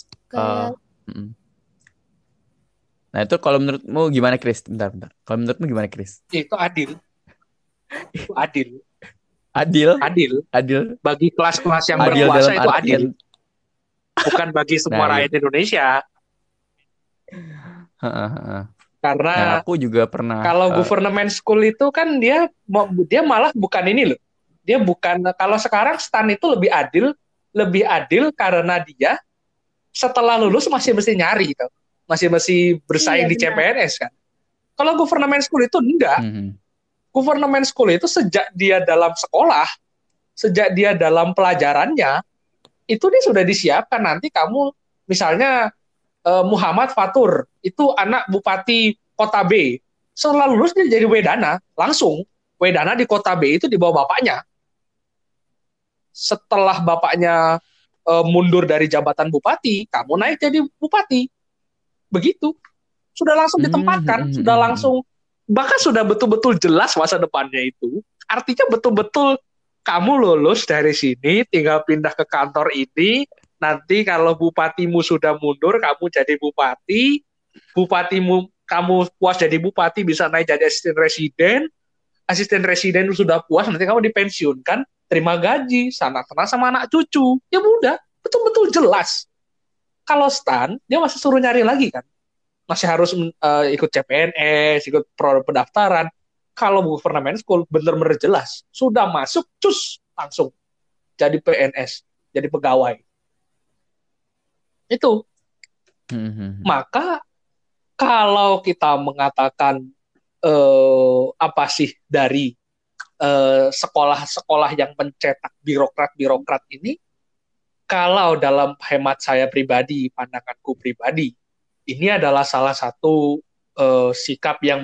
nah itu kalau menurutmu gimana, Chris? Bentar. Kalau menurutmu gimana, Chris? Itu adil. Adil. Bagi kelas-kelas yang berkuasa itu adil. Bukan bagi semua rakyat Indonesia. Karena aku juga pernah. Kalau government school itu kan dia malah bukan ini loh. Dia bukan, kalau sekarang STAN itu lebih adil karena dia setelah lulus masih mesti nyari gitu. Masih bersaing di CPNS kan. Kalau government school itu enggak. Government school itu sejak dia dalam sekolah, sejak dia dalam pelajarannya, itu dia sudah disiapkan. Nanti kamu misalnya Muhammad Fatur, itu anak Bupati Kota B. Setelah lulus dia jadi wedana, langsung. Wedana di kota B itu di bawah bapaknya. Setelah bapaknya mundur dari jabatan bupati, kamu naik jadi bupati. Begitu. Sudah langsung ditempatkan, sudah langsung, bahkan sudah betul-betul jelas masa depannya itu. Artinya betul-betul kamu lulus dari sini, tinggal pindah ke kantor ini, nanti kalau bupatimu sudah mundur, kamu jadi bupati, bupatimu kamu puas jadi bupati bisa naik jadi asisten residen sudah puas nanti kamu dipensiunkan terima gaji sana kena sama anak cucu ya udah betul-betul jelas. Kalau Stan dia masih suruh nyari lagi kan, masih harus ikut CPNS, ikut pendaftaran. Kalau government school bener-bener jelas sudah masuk cus langsung jadi PNS, jadi pegawai itu. Maka kalau kita mengatakan apa sih dari sekolah-sekolah yang mencetak birokrat-birokrat ini, kalau dalam hemat saya pribadi, pandanganku pribadi, ini adalah salah satu sikap yang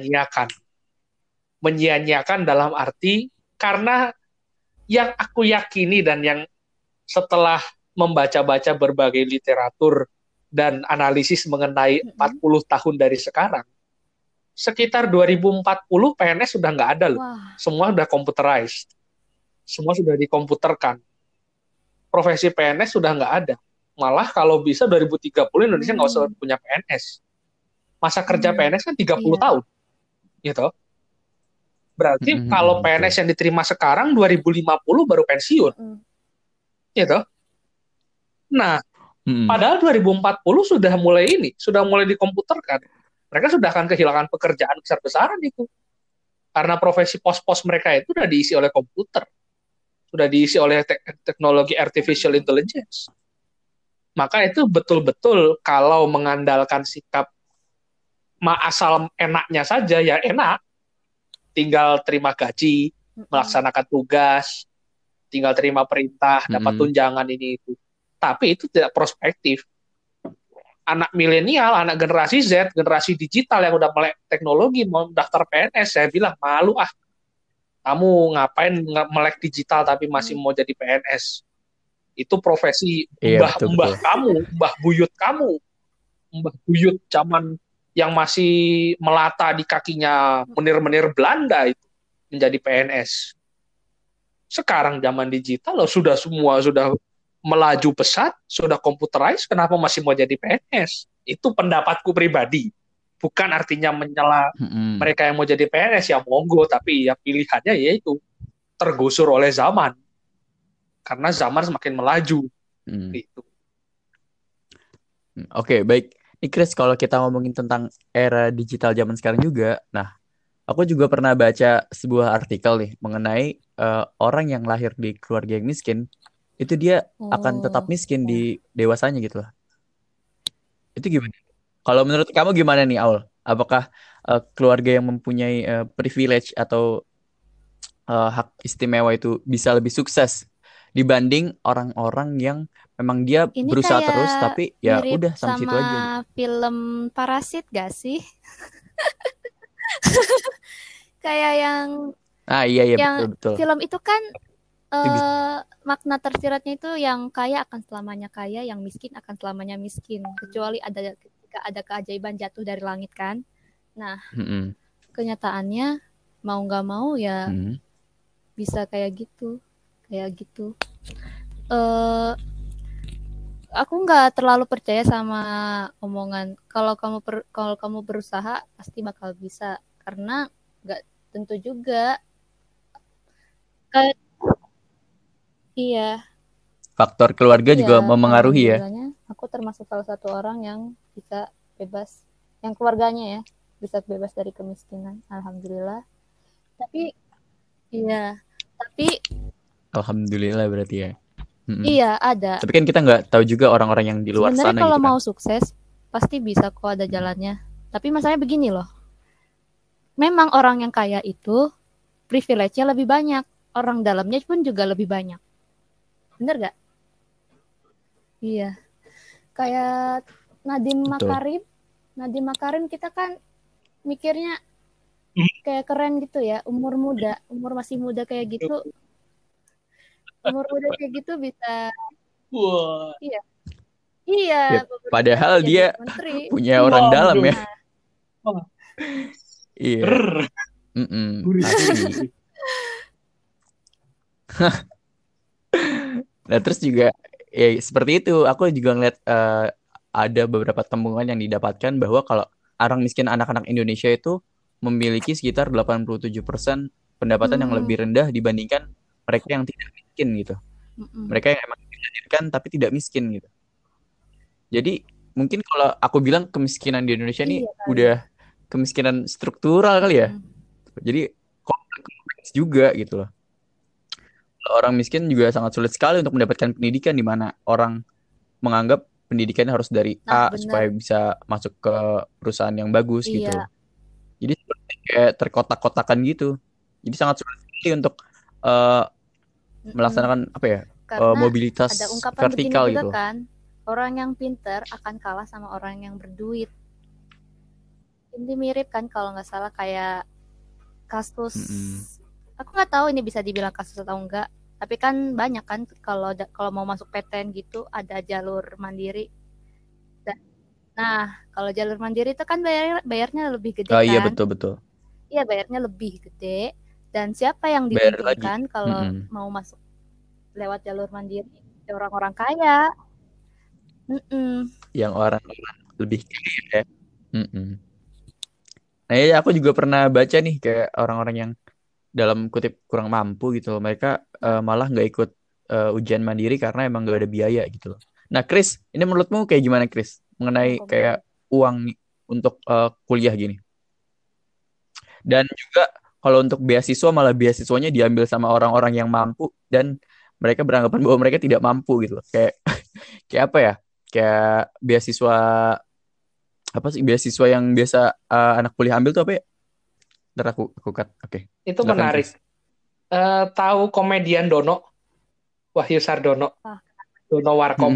menyia-nyiakan dalam arti karena yang aku yakini dan yang setelah membaca-baca berbagai literatur dan analisis mengenai 40 tahun dari sekarang, sekitar 2040 PNS sudah nggak ada loh. Wah. Semua sudah computerized. Semua sudah dikomputerkan. Profesi PNS sudah nggak ada. Malah kalau bisa 2030 Indonesia nggak usah punya PNS. Masa kerja PNS kan 30 tahun. Gitu. Berarti kalau PNS yang diterima sekarang 2050 baru pensiun. Gitu. Nah, padahal 2040 sudah mulai dikomputerkan. Mereka sudah akan kehilangan pekerjaan besar-besaran itu. Karena profesi pos-pos mereka itu sudah diisi oleh komputer. Sudah diisi oleh teknologi artificial intelligence. Maka itu betul-betul kalau mengandalkan sikap asal enaknya saja, ya enak. Tinggal terima gaji, melaksanakan tugas, tinggal terima perintah, dapat tunjangan ini itu. Tapi itu tidak prospektif. Anak milenial, anak generasi Z, generasi digital yang udah melek teknologi, mau daftar PNS, saya bilang malu ah. Kamu ngapain melek digital tapi masih mau jadi PNS? Itu profesi mbah kamu, mbah buyut kamu, mbah buyut zaman yang masih melata di kakinya menir-menir Belanda itu menjadi PNS. Sekarang zaman digital loh, sudah semua sudah melaju pesat, sudah computerized, kenapa masih mau jadi PNS? Itu pendapatku pribadi. Bukan artinya menyela mereka yang mau jadi PNS, ya monggo, tapi ya pilihannya yaitu tergusur oleh zaman. Karena zaman semakin melaju. Gitu. Oke, baik. Ini Chris, kalau kita ngomongin tentang era digital zaman sekarang juga, nah, aku juga pernah baca sebuah artikel nih mengenai orang yang lahir di keluarga yang miskin, itu dia akan tetap miskin di dewasanya gitu lah. Itu gimana? Kalau menurut kamu gimana nih, Aul? Apakah keluarga yang mempunyai privilege atau hak istimewa itu bisa lebih sukses dibanding orang-orang yang memang dia ini berusaha terus tapi ya udah sampai situ aja gitu. Film Parasit gak sih? Kayak yang iya yang betul. Film itu kan makna tersiratnya itu yang kaya akan selamanya kaya, yang miskin akan selamanya miskin, kecuali ketika ada keajaiban jatuh dari langit kan. Nah, kenyataannya mau nggak mau ya bisa kayak gitu. Aku nggak terlalu percaya sama omongan kalau kamu berusaha pasti bakal bisa, karena nggak tentu juga. Iya. Faktor keluarga juga memengaruhi ya. Aku termasuk salah satu orang yang bisa bebas, yang keluarganya ya bisa bebas dari kemiskinan, alhamdulillah. Tapi alhamdulillah berarti ya. Iya ada. Tapi kan kita nggak tahu juga orang-orang yang di luar sana. Sebenarnya kalau gitu mau sukses pasti bisa kok, ada jalannya. Tapi masalahnya begini loh. Memang orang yang kaya itu privilege-nya lebih banyak, orang dalamnya pun juga lebih banyak. Bener gak? Iya. Kayak Nadiem Makarim kita kan mikirnya kayak keren gitu ya, umur masih muda kayak gitu, bisa, Wah. iya, iya, Ya, beberapa padahal jadi dia menteri. punya orang dalam Waduh. ya. Nah, Wah. Iya. Rrr. Gurih. Asli. Nah, terus juga ya seperti itu. Aku juga ngeliat ada beberapa temuan yang didapatkan bahwa kalau orang miskin anak-anak Indonesia itu memiliki sekitar 87% pendapatan yang lebih rendah dibandingkan mereka yang tidak miskin gitu. Mereka yang emang dihadirkan tapi tidak miskin gitu. Jadi mungkin kalau aku bilang kemiskinan di Indonesia ini iya kali. udah kemiskinan struktural kali ya. Jadi kompleks juga gitu loh. Orang miskin juga sangat sulit sekali untuk mendapatkan pendidikan di mana orang menganggap pendidikan harus dari Nah, A supaya benar. bisa masuk ke perusahaan yang bagus gitu. Iya. Jadi seperti kayak terkotak-kotakan gitu. Jadi sangat sulit sekali untuk eh, melaksanakan apa ya Karena mobilitas ada ungkapan begini vertikal juga gitu. kan, orang yang pinter akan kalah sama orang yang berduit. Ini mirip kan kalau nggak salah kayak kasus, aku nggak tahu ini bisa dibilang kasus atau enggak, tapi kan banyak kan kalau mau masuk PTN gitu ada jalur mandiri. Nah, kalau jalur mandiri itu kan bayarnya lebih gede Oh iya kan? betul. Iya, bayarnya lebih gede. Dan siapa yang Bayar lagi. diuntungkan kalau mau masuk lewat jalur mandiri? Orang-orang kaya. Yang orang lebih kaya ya. Nah ya aku juga pernah baca nih kayak orang-orang yang dalam kutip kurang mampu gitu loh. Mereka malah nggak ikut ujian mandiri karena emang nggak ada biaya gitu loh. Nah Chris, ini menurutmu kayak gimana Chris? Mengenai kayak uang untuk kuliah gini. Dan juga kalau untuk beasiswa malah beasiswanya diambil sama orang-orang yang mampu dan mereka beranggapan bahwa mereka tidak mampu gitu loh. Kayak kayak apa ya? Kayak beasiswa apa sih beasiswa yang biasa anak kuliah ambil tuh apa ya? Ntar aku cut. Oke. Itu Silakan, menarik. Chris. Tahu komedian Dono? Wahyu Sardono. Dono Warkop.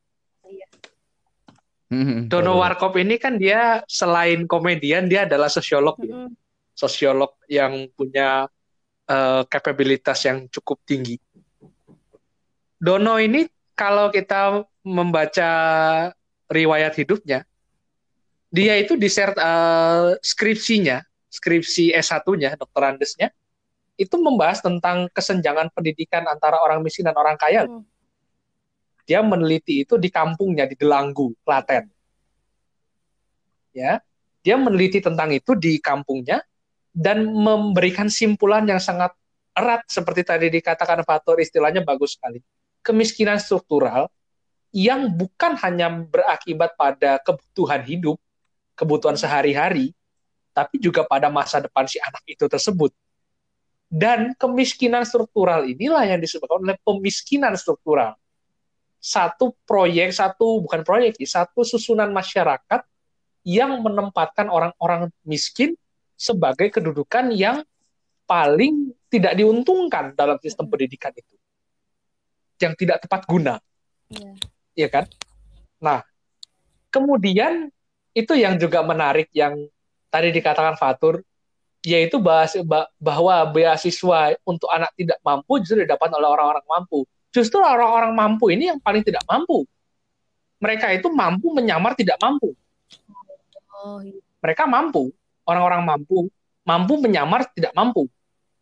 Dono Warkop ini kan dia selain komedian, dia adalah sosiolog. Sosiolog yang punya kapabilitas yang cukup tinggi. Dono ini kalau kita membaca riwayat hidupnya, dia itu skripsinya, skripsi S1-nya, doktorandesnya, itu membahas tentang kesenjangan pendidikan antara orang miskin dan orang kaya. Dia meneliti itu di kampungnya, di Delanggu, Klaten. Ya, dia meneliti tentang itu di kampungnya dan memberikan simpulan yang sangat erat seperti tadi dikatakan Fatur, istilahnya bagus sekali. Kemiskinan struktural yang bukan hanya berakibat pada kebutuhan hidup, kebutuhan sehari-hari, tapi juga pada masa depan si anak itu tersebut. Dan kemiskinan struktural inilah yang disebabkan oleh pemiskinan struktural. Satu susunan masyarakat yang menempatkan orang-orang miskin sebagai kedudukan yang paling tidak diuntungkan dalam sistem pendidikan itu. Yang tidak tepat guna. Iya kan? Nah, kemudian itu yang juga menarik yang tadi dikatakan Fatur, yaitu bahwa beasiswa untuk anak tidak mampu justru didapat oleh orang-orang mampu. Justru orang-orang mampu ini yang paling tidak mampu. Mereka itu mampu menyamar tidak mampu. Mereka mampu, orang-orang mampu menyamar tidak mampu.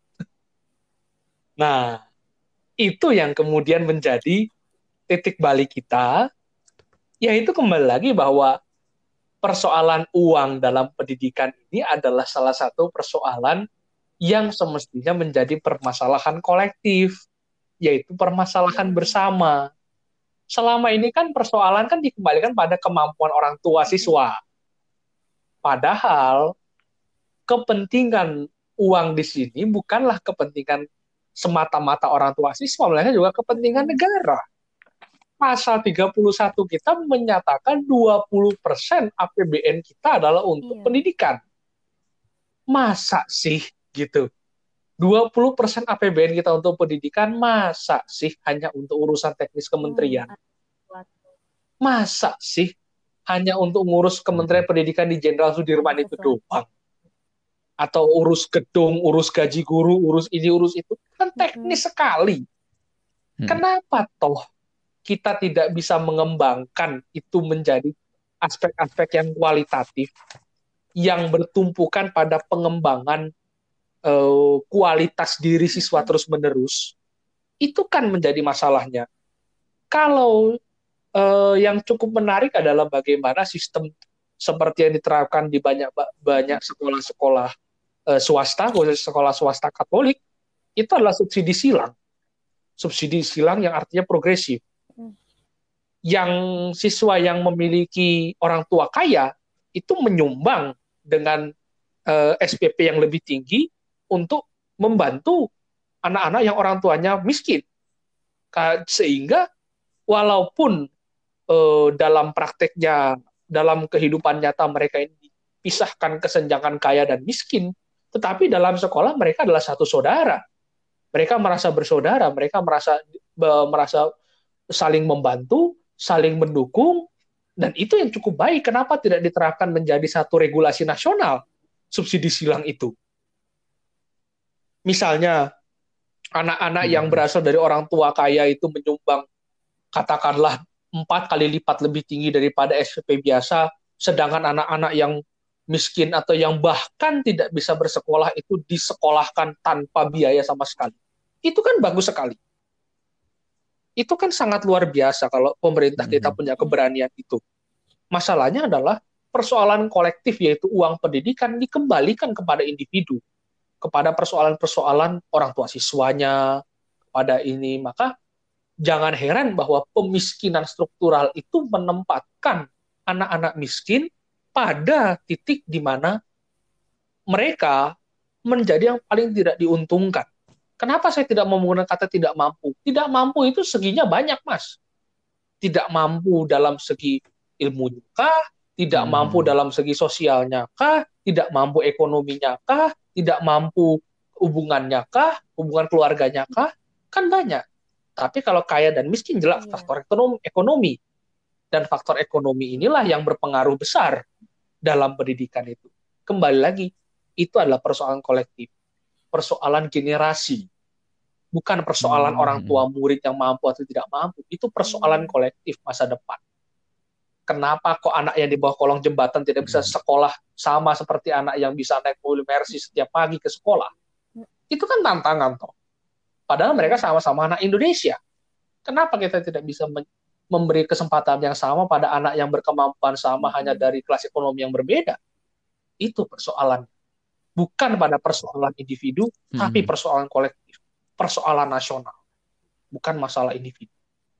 Nah, itu yang kemudian menjadi titik balik kita, yaitu kembali lagi bahwa persoalan uang dalam pendidikan ini adalah salah satu persoalan yang semestinya menjadi permasalahan kolektif, yaitu permasalahan bersama. Selama ini kan persoalan kan dikembalikan pada kemampuan orang tua siswa. Padahal kepentingan uang di sini bukanlah kepentingan semata-mata orang tua siswa, melainkan juga kepentingan negara. Pasal 31 kita menyatakan 20% APBN kita adalah untuk pendidikan. Masa sih gitu? 20% APBN kita untuk pendidikan, masa sih hanya untuk urusan teknis kementerian? Masa sih hanya untuk ngurus Kementerian Pendidikan di Jenderal Sudirman itu doang? atau urus gedung, urus gaji guru, urus ini, urus itu, kan teknis sekali. Kenapa toh kita tidak bisa mengembangkan itu menjadi aspek-aspek yang kualitatif, yang bertumpukan pada pengembangan kualitas diri siswa terus-menerus? Itu kan menjadi masalahnya. Kalau yang cukup menarik adalah bagaimana sistem seperti yang diterapkan di banyak sekolah-sekolah swasta, khusus sekolah swasta Katolik, itu adalah subsidi silang. Subsidi silang yang artinya progresif. Yang siswa yang memiliki orang tua kaya itu menyumbang dengan SPP yang lebih tinggi untuk membantu anak-anak yang orang tuanya miskin. Sehingga walaupun dalam prakteknya, dalam kehidupan nyata mereka ini dipisahkan kesenjangan kaya dan miskin, tetapi dalam sekolah mereka adalah satu saudara. Mereka merasa bersaudara, mereka merasa saling membantu, saling mendukung, dan itu yang cukup baik. Kenapa tidak diterapkan menjadi satu regulasi nasional subsidi silang itu? Misalnya anak-anak yang berasal dari orang tua kaya itu menyumbang katakanlah 4 kali lipat lebih tinggi daripada SPP biasa, sedangkan anak-anak yang miskin atau yang bahkan tidak bisa bersekolah itu disekolahkan tanpa biaya sama sekali. Itu kan bagus sekali. Itu kan sangat luar biasa kalau pemerintah kita punya keberanian itu. Masalahnya adalah persoalan kolektif, yaitu uang pendidikan dikembalikan kepada individu, kepada persoalan-persoalan orang tua siswanya, pada ini. Maka jangan heran bahwa pemiskinan struktural itu menempatkan anak-anak miskin pada titik di mana mereka menjadi yang paling tidak diuntungkan. Kenapa saya tidak mau menggunakan kata tidak mampu? Tidak mampu itu seginya banyak, Mas. Tidak mampu dalam segi ilmunya kah? Tidak mampu dalam segi sosialnya kah? Tidak mampu ekonominya kah? Tidak mampu hubungannya kah? Hubungan keluarganya kah? Kan banyak. Tapi kalau kaya dan miskin jelas faktor ekonomi. Dan faktor ekonomi inilah yang berpengaruh besar dalam pendidikan itu. Kembali lagi, itu adalah persoalan kolektif. Persoalan generasi. Bukan persoalan orang tua murid yang mampu atau tidak mampu. Itu persoalan kolektif masa depan. Kenapa kok anak yang di bawah kolong jembatan tidak bisa sekolah sama seperti anak yang bisa naik mobil Mercy setiap pagi ke sekolah? Itu kan tantangan toh. Padahal mereka sama-sama anak Indonesia. Kenapa kita tidak bisa memberi kesempatan yang sama pada anak yang berkemampuan sama hanya dari kelas ekonomi yang berbeda? Itu persoalan. Bukan pada persoalan individu, tapi persoalan kolektif. Persoalan nasional. Bukan masalah individu.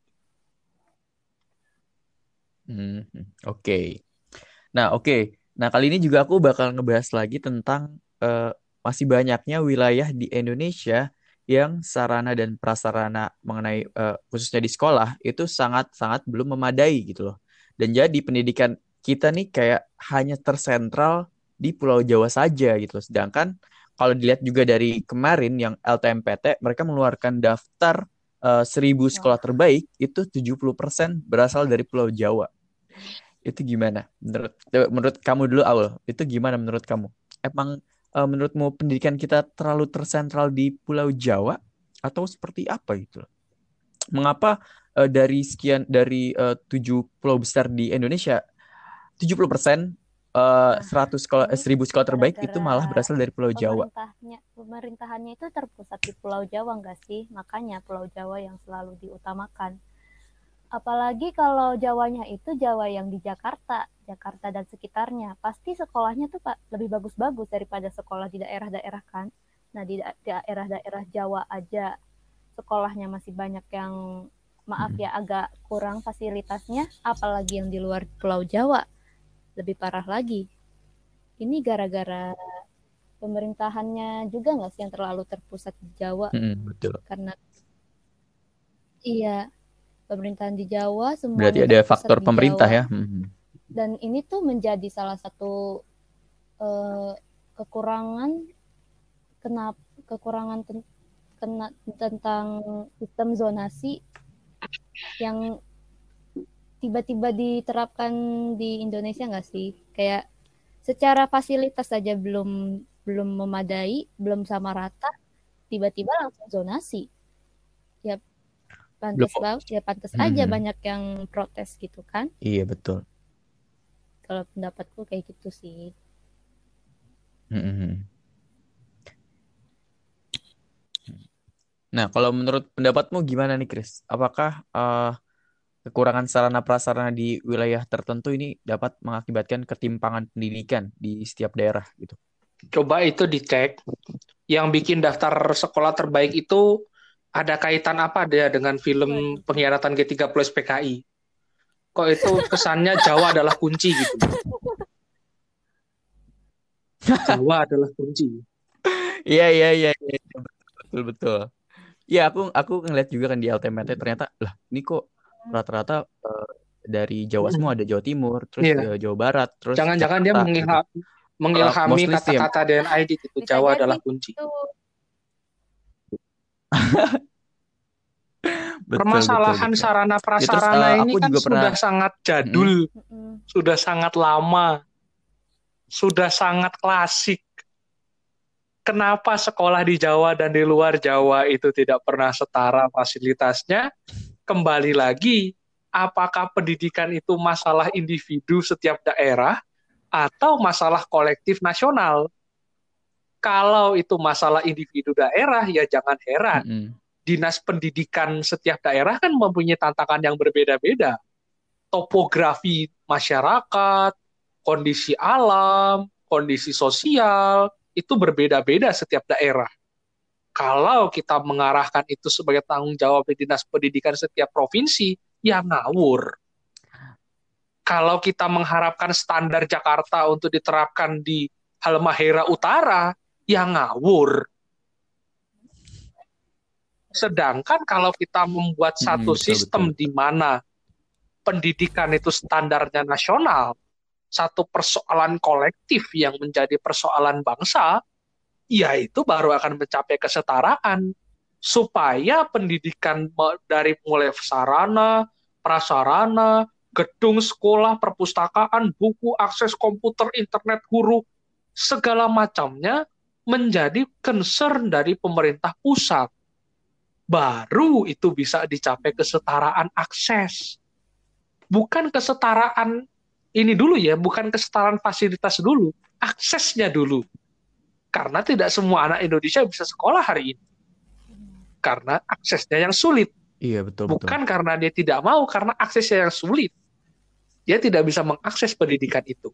Oke. Nah, kali ini juga aku bakal ngebahas lagi tentang masih banyaknya wilayah di Indonesia yang sarana dan prasarana mengenai khususnya di sekolah itu sangat-sangat belum memadai gitu loh. Dan jadi pendidikan kita nih kayak hanya tersentral di Pulau Jawa saja gitu loh. Sedangkan kalau dilihat juga dari kemarin yang LTMPT, mereka mengeluarkan daftar 1.000 sekolah terbaik, itu 70% berasal dari Pulau Jawa. Itu gimana? Menurut kamu dulu, Aul, itu gimana menurut kamu? Emang menurutmu pendidikan kita terlalu tersentral di Pulau Jawa atau seperti apa gitu? Mengapa dari 7 pulau besar di Indonesia 70% 1.000 sekolah terbaik itu malah berasal dari Pulau Jawa? Pemerintahannya itu terpusat di Pulau Jawa enggak sih? Makanya Pulau Jawa yang selalu diutamakan. Apalagi kalau Jawanya itu Jawa yang di Jakarta dan sekitarnya, pasti sekolahnya tuh Pak lebih bagus-bagus daripada sekolah di daerah-daerah kan. Nah, di daerah-daerah Jawa aja sekolahnya masih banyak yang agak kurang fasilitasnya, apalagi yang di luar Pulau Jawa. Lebih parah lagi. Ini gara-gara pemerintahannya juga nggak sih yang terlalu terpusat di Jawa? Betul. Karena pemerintahan di Jawa semuanya berarti ada faktor pemerintah Jawa. Ya. Dan ini tuh menjadi salah satu kekurangan tentang sistem zonasi yang tiba-tiba diterapkan di Indonesia nggak sih? Kayak secara fasilitas saja belum belum memadai, belum sama rata, tiba-tiba langsung zonasi. Ya pantas banget, ya pantas aja banyak yang protes gitu kan. Iya betul. Kalau pendapatku kayak gitu sih. Nah, kalau menurut pendapatmu gimana nih, Chris? Apakah kekurangan sarana prasarana di wilayah tertentu ini dapat mengakibatkan ketimpangan pendidikan di setiap daerah gitu? Coba itu dicek. Yang bikin daftar sekolah terbaik itu ada kaitan apa dia dengan film Pengkhianatan G30 PKI? Kok itu kesannya Jawa adalah kunci gitu. Jawa adalah kunci. Iya, betul. Iya, aku ngeliat juga kan di LTMT ternyata lah ini kok rata-rata dari Jawa semua, ada Jawa Timur, terus Jawa Barat, terus Jangan-jangan dia Jakarta gitu. mengilhami Mostly sih kata-kata DNI itu Bisa Jawa jadi adalah kunci. Permasalahan betul. sarana Ya, terus prasarana ini aku kan juga sudah pernah sangat jadul, sudah sangat lama, sudah sangat klasik. Kenapa sekolah di Jawa dan di luar Jawa itu tidak pernah setara fasilitasnya? Kembali lagi, apakah pendidikan itu masalah individu setiap daerah atau masalah kolektif nasional? Kalau itu masalah individu daerah, ya jangan heran. Dinas pendidikan setiap daerah kan mempunyai tantangan yang berbeda-beda. Topografi masyarakat, kondisi alam, kondisi sosial, itu berbeda-beda setiap daerah. Kalau kita mengarahkan itu sebagai tanggung jawab dinas pendidikan setiap provinsi, ya ngawur. Kalau kita mengharapkan standar Jakarta untuk diterapkan di Halmahera Utara, ya ngawur. Sedangkan kalau kita membuat satu sistem di mana pendidikan itu standarnya nasional, satu persoalan kolektif yang menjadi persoalan bangsa, ya itu baru akan mencapai kesetaraan. Supaya pendidikan dari mulai sarana, prasarana, gedung sekolah, perpustakaan, buku, akses komputer, internet, guru, segala macamnya menjadi concern dari pemerintah pusat. Baru itu bisa dicapai kesetaraan akses. Bukan kesetaraan ini dulu ya, bukan kesetaraan fasilitas dulu, aksesnya dulu. Karena tidak semua anak Indonesia bisa sekolah hari ini. Karena aksesnya yang sulit. Iya, betul. Bukan karena dia tidak mau, karena aksesnya yang sulit. Dia tidak bisa mengakses pendidikan itu.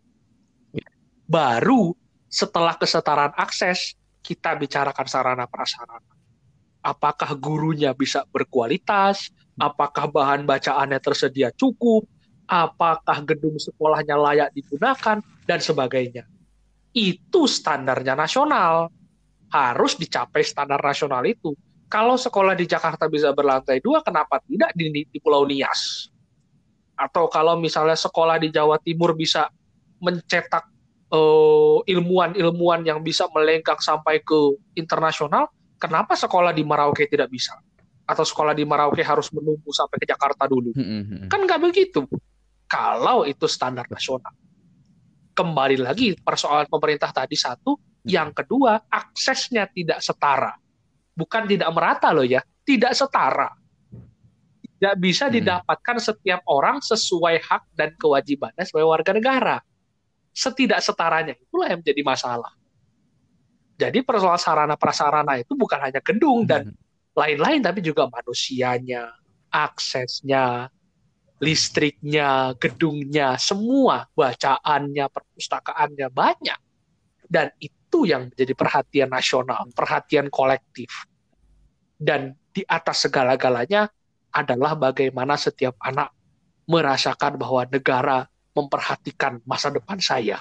Baru setelah kesetaraan akses, kita bicarakan sarana prasarana. Apakah gurunya bisa berkualitas? Apakah bahan bacaannya tersedia cukup? Apakah gedung sekolahnya layak digunakan? Dan sebagainya. Itu standarnya nasional. Harus dicapai standar nasional itu. Kalau sekolah di Jakarta bisa berlantai 2, kenapa tidak di Pulau Nias? Atau kalau misalnya sekolah di Jawa Timur bisa mencetak ilmuwan-ilmuwan yang bisa melengkang sampai ke internasional, kenapa sekolah di Merauke tidak bisa? Atau sekolah di Merauke harus menunggu sampai ke Jakarta dulu? Kan nggak begitu. Kalau itu standar nasional. Kembali lagi persoalan pemerintah tadi satu, yang kedua aksesnya tidak setara. Bukan tidak merata loh ya, tidak setara. Tidak bisa didapatkan setiap orang sesuai hak dan kewajibannya sebagai warga negara. Setidak-setaranya itulah yang menjadi masalah. Jadi persoalan sarana prasarana itu bukan hanya gedung dan lain-lain, tapi juga manusianya, aksesnya, listriknya, gedungnya, semua, bacaannya, perpustakaannya banyak. Dan itu yang menjadi perhatian nasional, perhatian kolektif. Dan di atas segala-galanya adalah bagaimana setiap anak merasakan bahwa negara memperhatikan masa depan saya.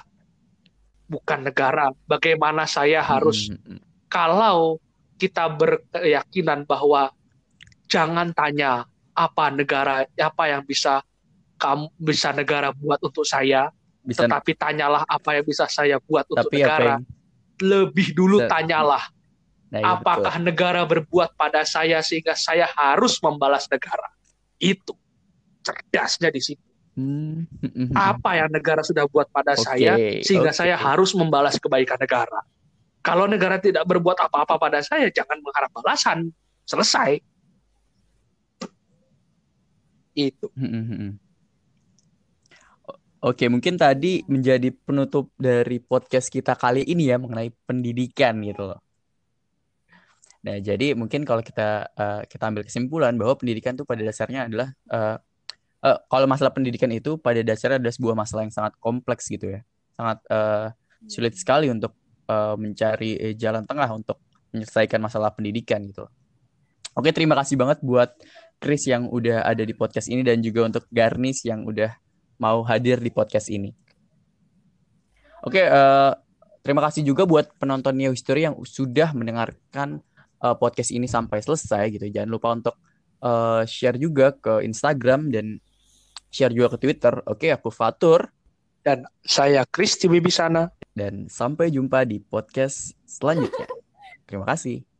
Bukan negara, bagaimana saya harus, kalau kita berkeyakinan bahwa jangan tanya apa yang bisa negara buat untuk saya, tetapi tanyalah apa yang bisa saya buat untuk negara. Lebih dulu tanyalah, apakah negara berbuat pada saya sehingga saya harus membalas negara. Itu cerdasnya di situ. Apa yang negara sudah buat pada saya sehingga saya harus membalas kebaikan negara. Kalau negara tidak berbuat apa-apa pada saya, jangan mengharap balasan. Selesai. Itu. Oke, mungkin tadi menjadi penutup dari podcast kita kali ini ya mengenai pendidikan gitu loh. Nah, jadi mungkin kalau kita ambil kesimpulan bahwa pendidikan itu pada dasarnya adalah kalau masalah pendidikan itu pada dasarnya adalah sebuah masalah yang sangat kompleks gitu ya. Sangat sulit sekali untuk mencari jalan tengah untuk menyelesaikan masalah pendidikan gitu. Oke, terima kasih banget buat Chris yang udah ada di podcast ini dan juga untuk Garnis yang udah mau hadir di podcast ini. Oke, terima kasih juga buat penonton Neo History yang sudah mendengarkan podcast ini sampai selesai gitu. Jangan lupa untuk share juga ke Instagram dan share juga ke Twitter. Oke, aku Fatur. Dan saya Chris di Wibisana. Dan sampai jumpa di podcast selanjutnya. Terima kasih.